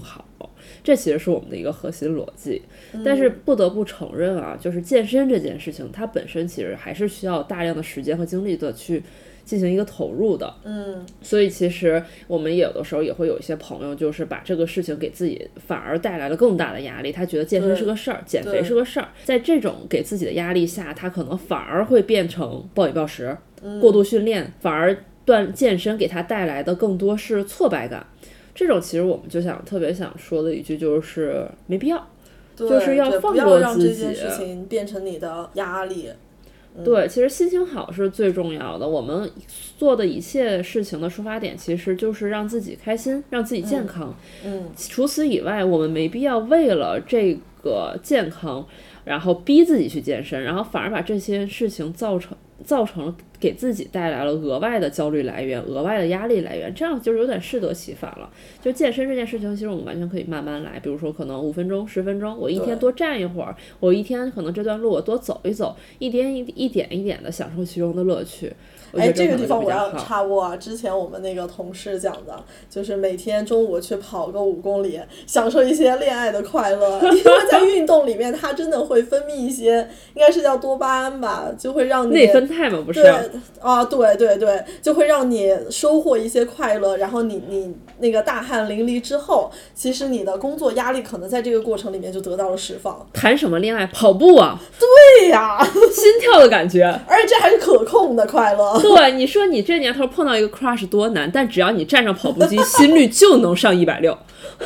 候，这其实是我们的一个核心逻辑。但是不得不承认啊，就是健身这件事情它本身其实还是需要大量的时间和精力的去进行一个投入的。 嗯， 所以其实我们有的时候也会有一些朋友就是把这个事情给自己反而带来了更大的压力，他觉得健身是个事儿，减肥是个事儿，在这种给自己的压力下，他可能反而会变成暴饮暴食、嗯、过度训练，反而锻健身给他带来的更多是挫败感。这种其实我们就想特别想说的一句就是没必要，就是要放过自己，不要让这件事情变成你的压力。 对，其实心情好是最重要的。我们做的一切事情的出发点其实就是让自己开心，让自己健康。 嗯，嗯除此以外，我们没必要为了这个健康，然后逼自己去健身，然后反而把这些事情造成造成给自己带来了额外的焦虑来源、额外的压力来源，这样就是有点适得其反了。就健身这件事情，其实我们完全可以慢慢来，比如说可能五分钟、十分钟，我一天多站一会儿，我一天可能这段路我多走一走，一点一一点一点的享受其中的乐趣。 哎，这个地方我要插播啊！之前我们那个同事讲的，就是每天中午去跑个五公里，享受一些恋爱的快乐。因为在运动里面，它真的会分泌一些，应该是叫多巴胺吧，就会让你内啡肽嘛，不是？ 对啊，对对对，就会让你收获一些快乐。然后你你那个大汗淋漓之后，其实你的工作压力可能在这个过程里面就得到了释放。 谈什么恋爱？跑步啊！ 对呀， 心跳的感觉， 而且这还是可控的快乐。 对，你说你这年头碰到一个 crush 多难，但只要你站上跑步机，心率就能上一百六。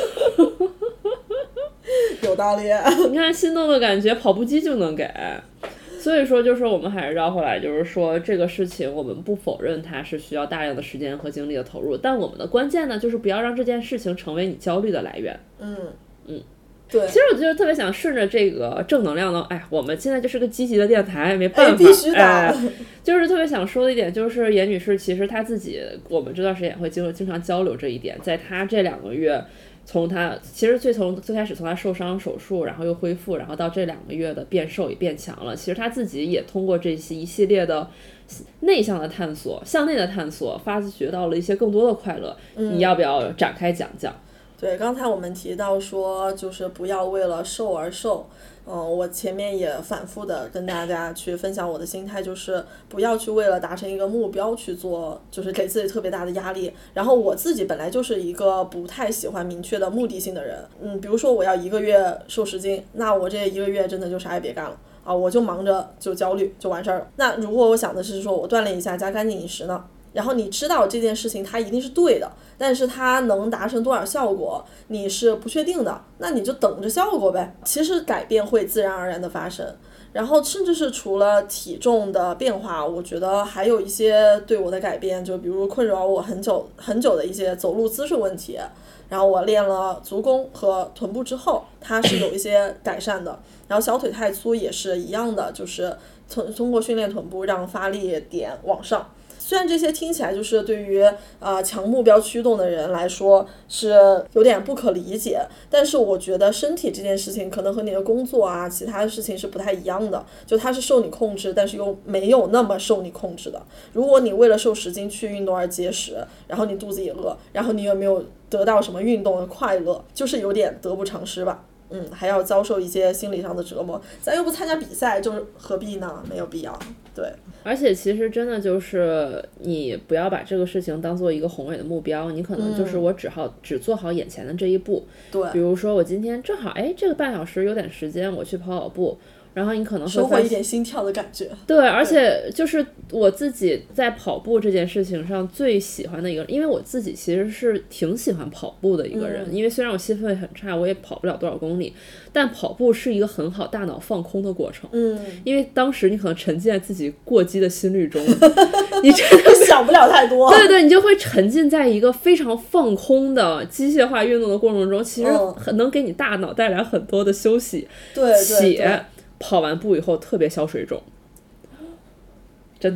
有道理。 你看心动的感觉，跑步机就能给。所以说，就是我们还是绕回来，就是说这个事情，我们不否认它是需要大量的时间和精力的投入，但我们的关键呢，就是不要让这件事情成为你焦虑的来源。 嗯嗯。 对， 其实我就是特别想顺着这个正能量的，哎，我们现在就是个积极的电台，没办法， 哎、必须的、 哎，就是特别想说的一点，就是严女士其实她自己，我们这段时间也会经经常交流这一点，在她这两个月，从她其实最从最开始从她受伤手术，然后又恢复，然后到这两个月的变瘦也变强了，其实她自己也通过这些一系列的内向的探索、向内的探索，发掘到了一些更多的快乐。 嗯、 你要不要展开讲讲？ 对，刚才我们提到说，就是不要为了瘦而瘦。嗯，我前面也反复的跟大家去分享我的心态，就是不要去为了达成一个目标去做，就是给自己特别大的压力。然后我自己本来就是一个不太喜欢明确的目的性的人。嗯，比如说我要一个月瘦十斤，那我这一个月真的就啥也别干了啊，我就忙着就焦虑就完事儿了。那如果我想的是说我锻炼一下加干净饮食呢？然后你知道这件事情它一定是对的，但是它能达成多少效果你是不确定的，那你就等着效果呗。其实改变会自然而然的发生，然后甚至是除了体重的变化，我觉得还有一些对我的改变，就比如困扰我很久很久的一些走路姿势问题，然后我练了足弓和臀部之后它是有一些改善的，然后小腿太粗也是一样的，就是通通过训练臀部让发力点往上。虽然这些听起来就是对于呃强目标驱动的人来说是有点不可理解，但是我觉得身体这件事情可能和你的工作啊其他的事情是不太一样的，就它是受你控制，但是又没有那么受你控制的。如果你为了瘦十斤去运动而节食，然后你肚子也饿，然后你有没有得到什么运动的快乐，就是有点得不偿失吧。嗯，还要遭受一些心理上的折磨，咱又不参加比赛，就是何必呢？没有必要。对， 而且其实真的就是你不要把这个事情当做一个宏伟的目标，你可能就是我只好、嗯、只做好眼前的这一步。 对， 比如说我今天正好哎这个半小时有点时间，我去跑跑步。然后你可能会收获一点心跳的感觉。 对，而且就是我自己在跑步这件事情上最喜欢的一个，因为我自己其实是挺喜欢跑步的一个人、嗯、因为虽然我心肺很差，我也跑不了多少公里，但跑步是一个很好大脑放空的过程。 嗯， 因为当时你可能沉浸在自己过激的心率中你真的想不了太多。 对对，你就会沉浸在一个非常放空的机械化运动的过程中，其实很能给你大脑带来很多的休息。 对对对， 且跑完步以后特别消水肿，真的。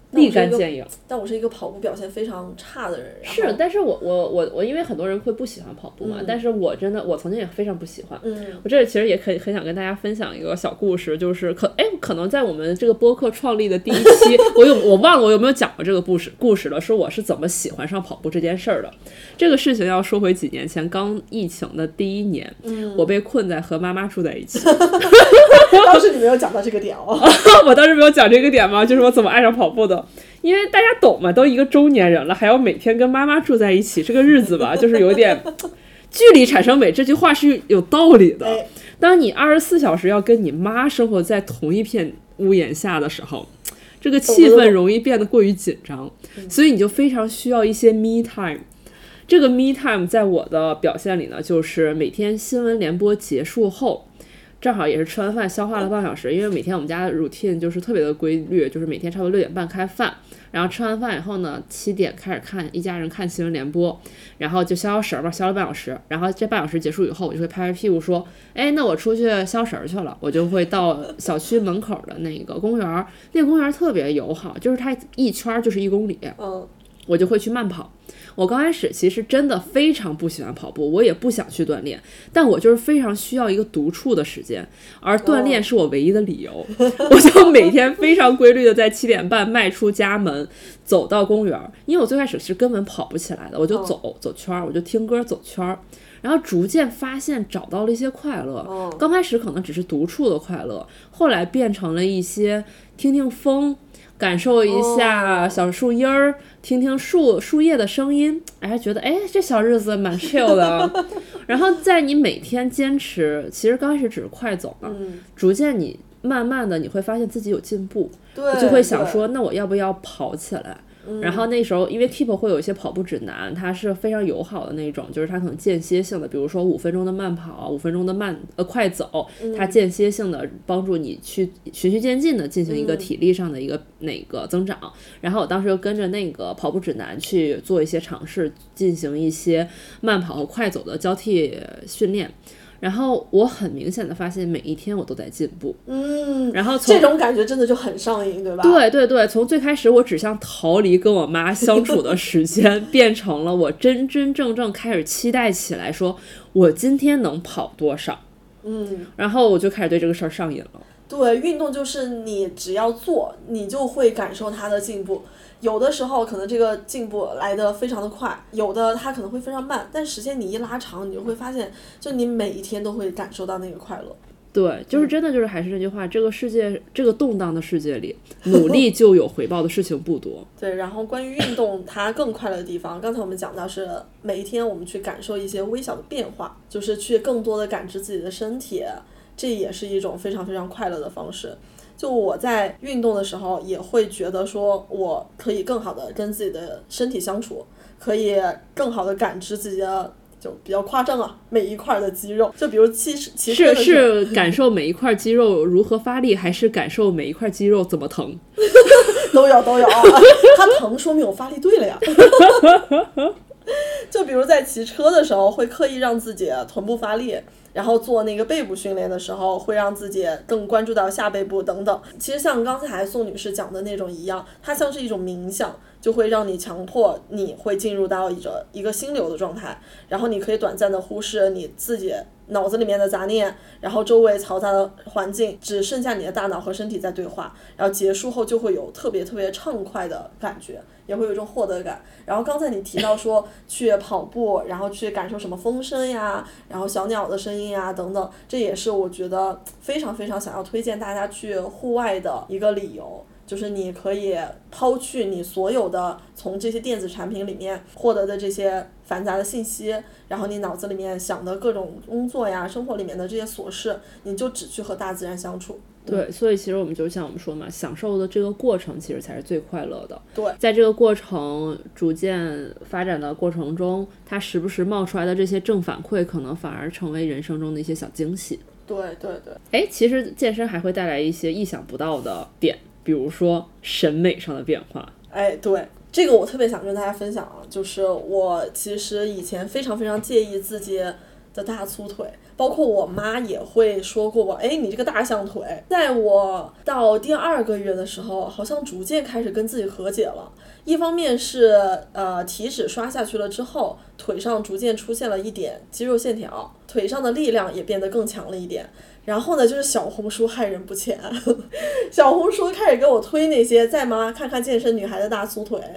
立竿见影。 但我是一个跑步表现非常差的人。 是，但是我我我我因为很多人会不喜欢跑步嘛、嗯，但是我真的我曾经也非常不喜欢。 嗯， 我这里其实也可以很想跟大家分享一个小故事，就是可哎可能在我们这个播客创立的第一期，我有我忘了我有没有讲过这个故事故事了，是我是怎么喜欢上跑步这件事儿的。这个事情要说回几年前，刚疫情的第一年， 嗯， 我被困在和妈妈住在一起。 当时你没有讲到这个点哦。 我当时没有讲这个点吗？就是我怎么爱上跑步的。因为大家懂嘛，都一个中年人了，还要每天跟妈妈住在一起，这个日子吧，就是有点距离产生美，这句话是有道理的。当你二十四小时要跟你妈生活在同一片屋檐下的时候，这个气氛容易变得过于紧张，所以你就非常需要一些 me time。这个 me time 在我的表现里呢，就是每天新闻联播结束后，正好也是吃完饭消化了半小时，因为每天我们家的 routine 就是特别的规律，就是每天差不多六点半开饭，然后吃完饭以后呢，七点开始看一家人看新闻联播，然后就消消食嘛，消了半小时，然后这半小时结束以后，我就会拍拍屁股说，哎，那我出去消食去了，我就会到小区门口的那个公园，那个公园特别友好，就是它一圈就是一公里， 嗯， 我就会去慢跑。我刚开始其实真的非常不喜欢跑步，我也不想去锻炼，但我就是非常需要一个独处的时间，而锻炼是我唯一的理由。Oh. 我就每天非常规律的在七点半迈出家门，走到公园，因为我最开始是根本跑不起来的，我就走、oh. 走圈，我就听歌走圈，然后逐渐发现找到了一些快乐。 Oh. 刚开始可能只是独处的快乐，后来变成了一些听听风，感受一下小树荫儿、oh. 听听树树叶的声音，哎，觉得哎这小日子蛮 chill 的。然后在你每天坚持，其实刚开始只是快走嘛、 嗯， 逐渐你慢慢的你会发现自己有进步， 对， 就会想说那我要不要跑起来。 嗯、 然后那时候因为 Keep 会有一些跑步指南，它是非常友好的那种，就是它可能间歇性的，比如说五分钟的慢跑，五分钟的慢呃快走，它间歇性的帮助你去循序渐进的进行一个体力上的一个那个增长、嗯、然后我当时就跟着那个跑步指南去做一些尝试，进行一些慢跑和快走的交替训练，然后我很明显的发现每一天我都在进步。 嗯， 然后从这种感觉真的就很上瘾，对吧？ 对对对，从最开始我只想逃离跟我妈相处的时间变成了我真真正正开始期待起来，说我今天能跑多少。 嗯， 然后我就开始对这个事儿上瘾了。 对，运动就是你只要做你就会感受它的进步，有的时候可能这个进步来得非常的快，有的它可能会非常慢，但时间你一拉长，你就会发现就你每一天都会感受到那个快乐。 对，就是真的就是还是这句话、嗯、这个世界这个动荡的世界里努力就有回报的事情不多。 对，然后关于运动它更快乐的地方，刚才我们讲到是每一天我们去感受一些微小的变化，就是去更多的感知自己的身体，这也是一种非常非常快乐的方式。就我在运动的时候也会觉得说我可以更好的跟自己的身体相处，可以更好的感知自己的，就比较夸张啊，每一块的肌肉，就比如骑骑车的是是感受每一块肌肉如何发力，还是感受每一块肌肉怎么疼？ 都有都有啊，它疼说明我发力对了呀。就比如在骑车的时候会刻意让自己臀部发力，然后做那个背部训练的时候会让自己更关注到下背部等等。其实像刚才宋女士讲的那种一样，它像是一种冥想，就会让你强迫你会进入到一个一个心流的状态，然后你可以短暂的忽视你自己脑子里面的杂念，然后周围嘈杂的环境，只剩下你的大脑和身体在对话，然后结束后就会有特别特别畅快的感觉，也会有一种获得感。然后刚才你提到说去跑步，然后去感受什么风声呀，然后小鸟的声音呀等等，这也是我觉得非常非常想要推荐大家去户外的一个理由，就是你可以抛去你所有的从这些电子产品里面获得的这些繁杂的信息，然后你脑子里面想的各种工作呀生活里面的这些琐事，你就只去和大自然相处。 对，所以其实我们就像我们说嘛，享受的这个过程其实才是最快乐的。 对，在这个过程逐渐发展的过程中，它时不时冒出来的这些正反馈，可能反而成为人生中的一些小惊喜。 对对对， 哎，其实健身还会带来一些意想不到的点，比如说审美上的变化。 哎，对，这个我特别想跟大家分享啊，就是我其实以前非常非常介意自己的大粗腿，包括我妈也会说过我，哎，你这个大象腿。在我到第二个月的时候，好像逐渐开始跟自己和解了。一方面是呃体脂刷下去了之后，腿上逐渐出现了一点肌肉线条，腿上的力量也变得更强了一点。然后呢，就是小红书害人不浅，小红书开始给我推那些在吗？看看健身女孩的大粗腿，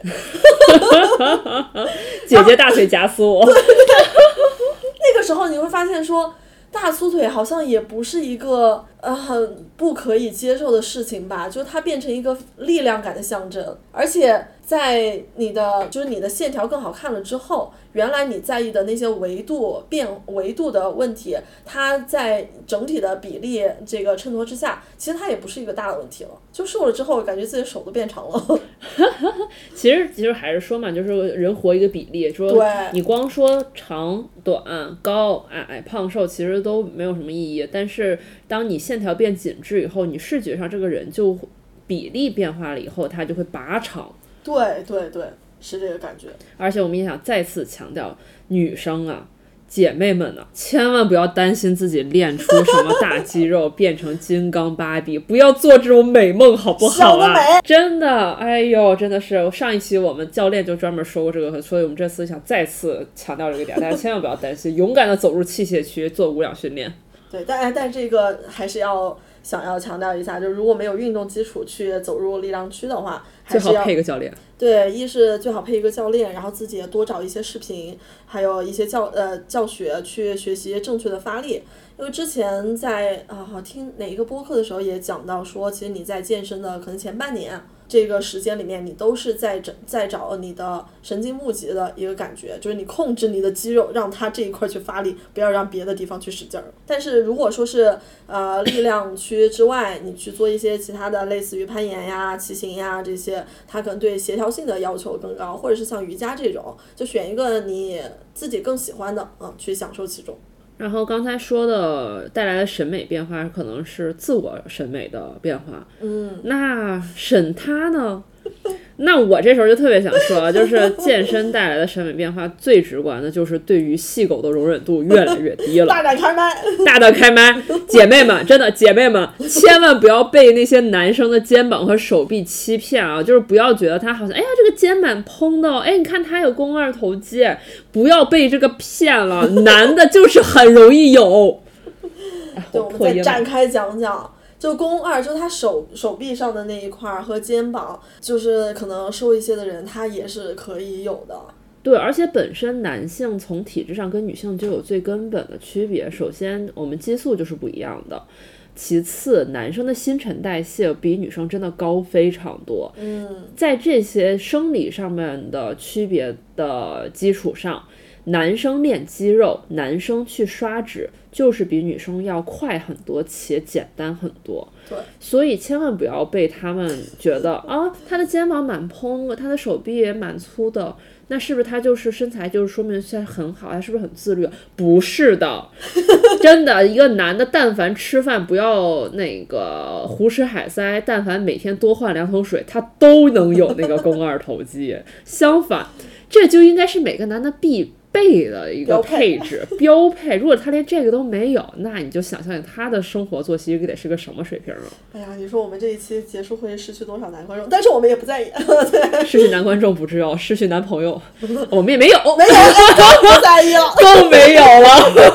姐姐大腿夹死我。 那个时候你会发现说，大粗腿好像也不是一个呃很不可以接受的事情吧，就它变成一个力量感的象征，而且在你的就是你的线条更好看了之后，原来你在意的那些维度变维度的问题，它在整体的比例这个衬托之下，其实它也不是一个大的问题了。就瘦了之后，感觉自己手都变长了。 其实其实还是说嘛，就是人活一个比例，说你光说长短高矮胖瘦其实都没有什么意义，但是当你线条变紧致以后，你视觉上这个人就比例变化了以后，它就会拔长。 对对对，是这个感觉。 而且我们也想再次强调，女生啊，姐妹们啊，千万不要担心自己练出什么大肌肉变成金刚芭比，不要做这种美梦好不好啊？真的，哎呦，真的是上一期我们教练就专门说过这个，所以我们这次想再次强调这个点，大家千万不要担心，勇敢的走入器械区做无氧训练。 对，但但这个还是要想要强调一下，就是如果没有运动基础去走入力量区的话，还是要最好配一个教练。 对，一是最好配一个教练，然后自己也多找一些视频，还有一些教呃教学去学习正确的发力。因为之前在啊听哪一个播客的时候也讲到说，其实你在健身的可能前半年这个时间里面，你都是在找在找你的神经募集的一个感觉，就是你控制你的肌肉，让它这一块去发力，不要让别的地方去使劲儿。但是如果说是呃力量区之外，你去做一些其他的，类似于攀岩呀、骑行呀这些，它可能对协调性的要求更高，或者是像瑜伽这种，就选一个你自己更喜欢的，嗯，去享受其中。 然后刚才说的带来的审美变化可能是自我审美的变化， 嗯， 那审他呢？那我这时候就特别想说，就是健身带来的审美变化最直观的就是对于细狗的容忍度越来越低了。 大胆开麦， 大胆开麦，姐妹们，真的姐妹们，千万不要被那些男生的肩膀和手臂欺骗啊！就是不要觉得他好像，哎呀，这个肩膀嘭的，哎，你看他有肱二头肌，不要被这个骗了，男的就是很容易有。哎、 对，我们再展开讲讲。就肱二，就他手手臂上的那一块和肩膀，就是可能瘦一些的人，他也是可以有的。 对，而且本身男性从体质上跟女性就有最根本的区别。首先，我们激素就是不一样的。其次，男生的新陈代谢比女生真的高非常多。 嗯， 在这些生理上面的区别的基础上，男生练肌肉，男生去刷脂，就是比女生要快很多且简单很多。 对， 所以千万不要被他们觉得啊，他的肩膀蛮嘭的，他的手臂也蛮粗的，那是不是他就是身材就是说明他很好，他是不是很自律？不是的，真的，一个男的但凡吃饭不要那个胡吃海塞，但凡每天多换两桶水，他都能有那个肱二头肌。相反，这就应该是每个男的必备的一个配置标配。如果他连这个都没有，那你就想象他的生活作息得是个什么水平了。 哎呀，你说我们这一期结束会失去多少男观众？但是我们也不在意。对， 失去男观众不知道，失去男朋友我们也没有， 没有，更不在意了， 更没有了。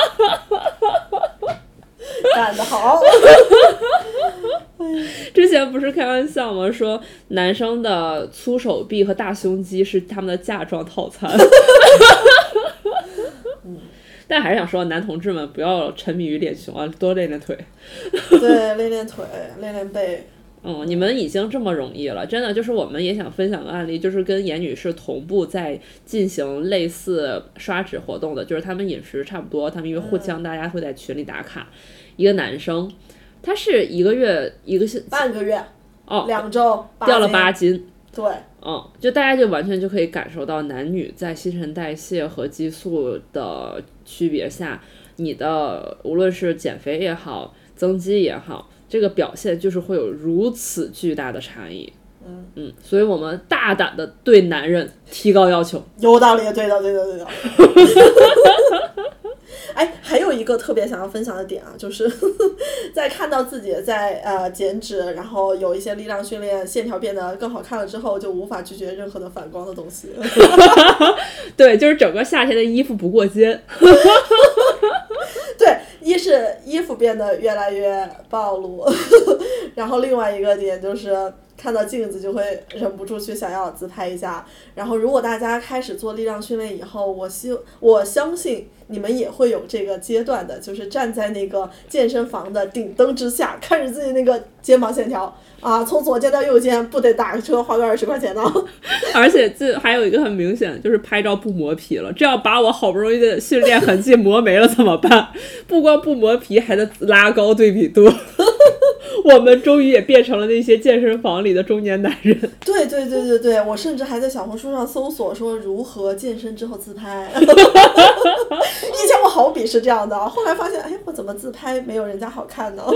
干得好。 之前不是开玩笑吗？说男生的粗手臂和大胸肌是他们的嫁妆套餐。 嗯， 但还是想说，男同志们不要沉迷于练胸啊，多练练腿。 对，练练腿，练练背。 嗯，你们已经这么容易了，真的就是我们也想分享个案例，就是跟严女士同步在进行类似刷脂活动的，就是他们饮食差不多，他们因为互相大家会在群里打卡。嗯、一个男生，他是一个月一个星半个月哦， 两周掉了八斤。 对， 嗯，就大家就完全就可以感受到男女在新陈代谢和激素的区别下，你的无论是减肥也好，增肌也好。这个表现就是会有如此巨大的差异， 嗯嗯，所以我们大胆的对男人提高要求， 有道理，对的，对的，对的。 哎，还有一个特别想要分享的点啊，就是呵呵在看到自己在呃减脂，然后有一些力量训练，线条变得更好看了之后，就无法拒绝任何的反光的东西。 对，就是整个夏天的衣服不过肩。 对，一是衣服变得越来越暴露，然后另外一个点就是看到镜子就会忍不住去想要自拍一下。然后如果大家开始做力量训练以后，我希我相信你们也会有这个阶段的，就是站在那个健身房的顶灯之下，看着自己那个肩膀线条啊，从左肩到右肩不得打个车花个二十块钱呢。 而且这还有一个很明显，就是拍照不磨皮了，这样把我好不容易的训练痕迹磨没了怎么办？不光不磨皮，还得拉高对比度。我们终于也变成了那些健身房里的中年男人。 对对对对对，我甚至还在小红书上搜索说如何健身之后自拍。以前我好鄙视这样的，后来发现，哎，我怎么自拍没有人家好看呢？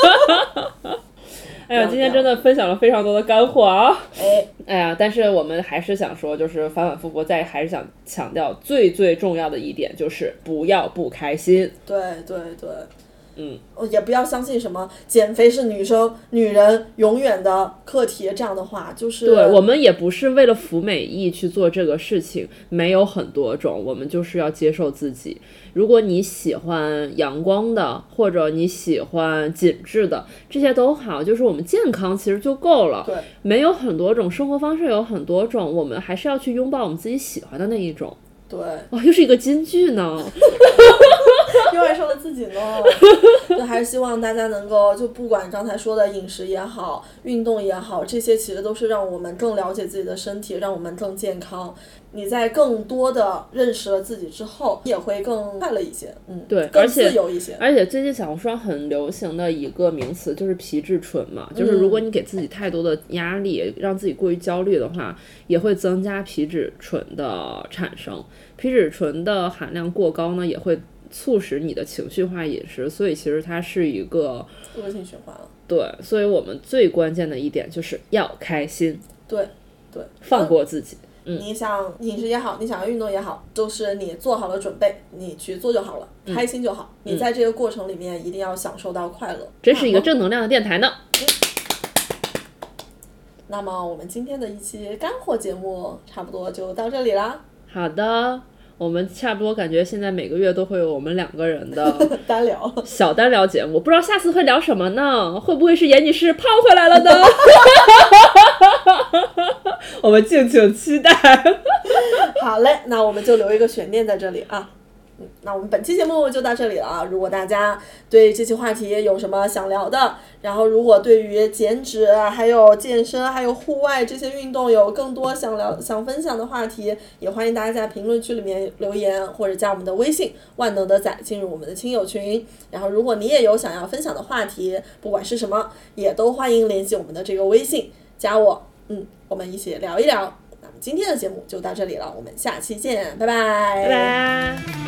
哎呀，今天真的分享了非常多的干货啊！ 哎， 哎呀，但是我们还是想说，就是反反复复再还是想强调最最重要的一点，就是不要不开心。 对对对。 嗯， 也不要相信什么减肥是女生女人永远的课题这样的话，就是对，我们也不是为了服美意去做这个事情，没有很多种，我们就是要接受自己。如果你喜欢阳光的，或者你喜欢紧致的，这些都好，就是我们健康其实就够了。 对， 没有很多种生活方式，有很多种，我们还是要去拥抱我们自己喜欢的那一种。 对， 哇，又是一个金句呢。 又爱上了自己呢。就还是希望大家能够，就不管刚才说的饮食也好，运动也好，这些其实都是让我们更了解自己的身体，让我们更健康。你在更多的认识了自己之后，也会更快乐一些，嗯， 对， 更自由一些。 而且而且最近小红书上很流行的一个名词就是皮质醇嘛，就是如果你给自己太多的压力，让自己过于焦虑的话，也会增加皮质醇的产生。皮质醇的含量过高呢，也会促使你的情绪化饮食，所以其实它是一个恶性循环了。 对，所以我们最关键的一点就是要开心， 对对， 放过自己。 嗯，你想饮食也好，你想要运动也好，都是你做好了准备，你去做就好了，嗯、开心就好。你在这个过程里面一定要享受到快乐。 这是一个正能量的电台呢。 嗯、那么我们今天的一期干货节目差不多就到这里啦。 好的。我们差不多感觉现在每个月都会有我们两个人的单聊小单聊节目，不知道下次会聊什么呢？会不会是严女士胖回来了呢？我们敬请期待。 好嘞，那我们就留一个悬念在这里啊。那我们本期节目就到这里了啊！如果大家对这期话题有什么想聊的，然后如果对于减脂还有健身还有户外这些运动有更多想聊想分享的话题，也欢迎大家在评论区里面留言或者加我们的微信万能的仔进入我们的亲友群。然后如果你也有想要分享的话题，不管是什么，也都欢迎联系我们的这个微信加我，嗯，我们一起聊一聊。那么今天的节目就到这里了，我们下期见，拜拜， 拜拜。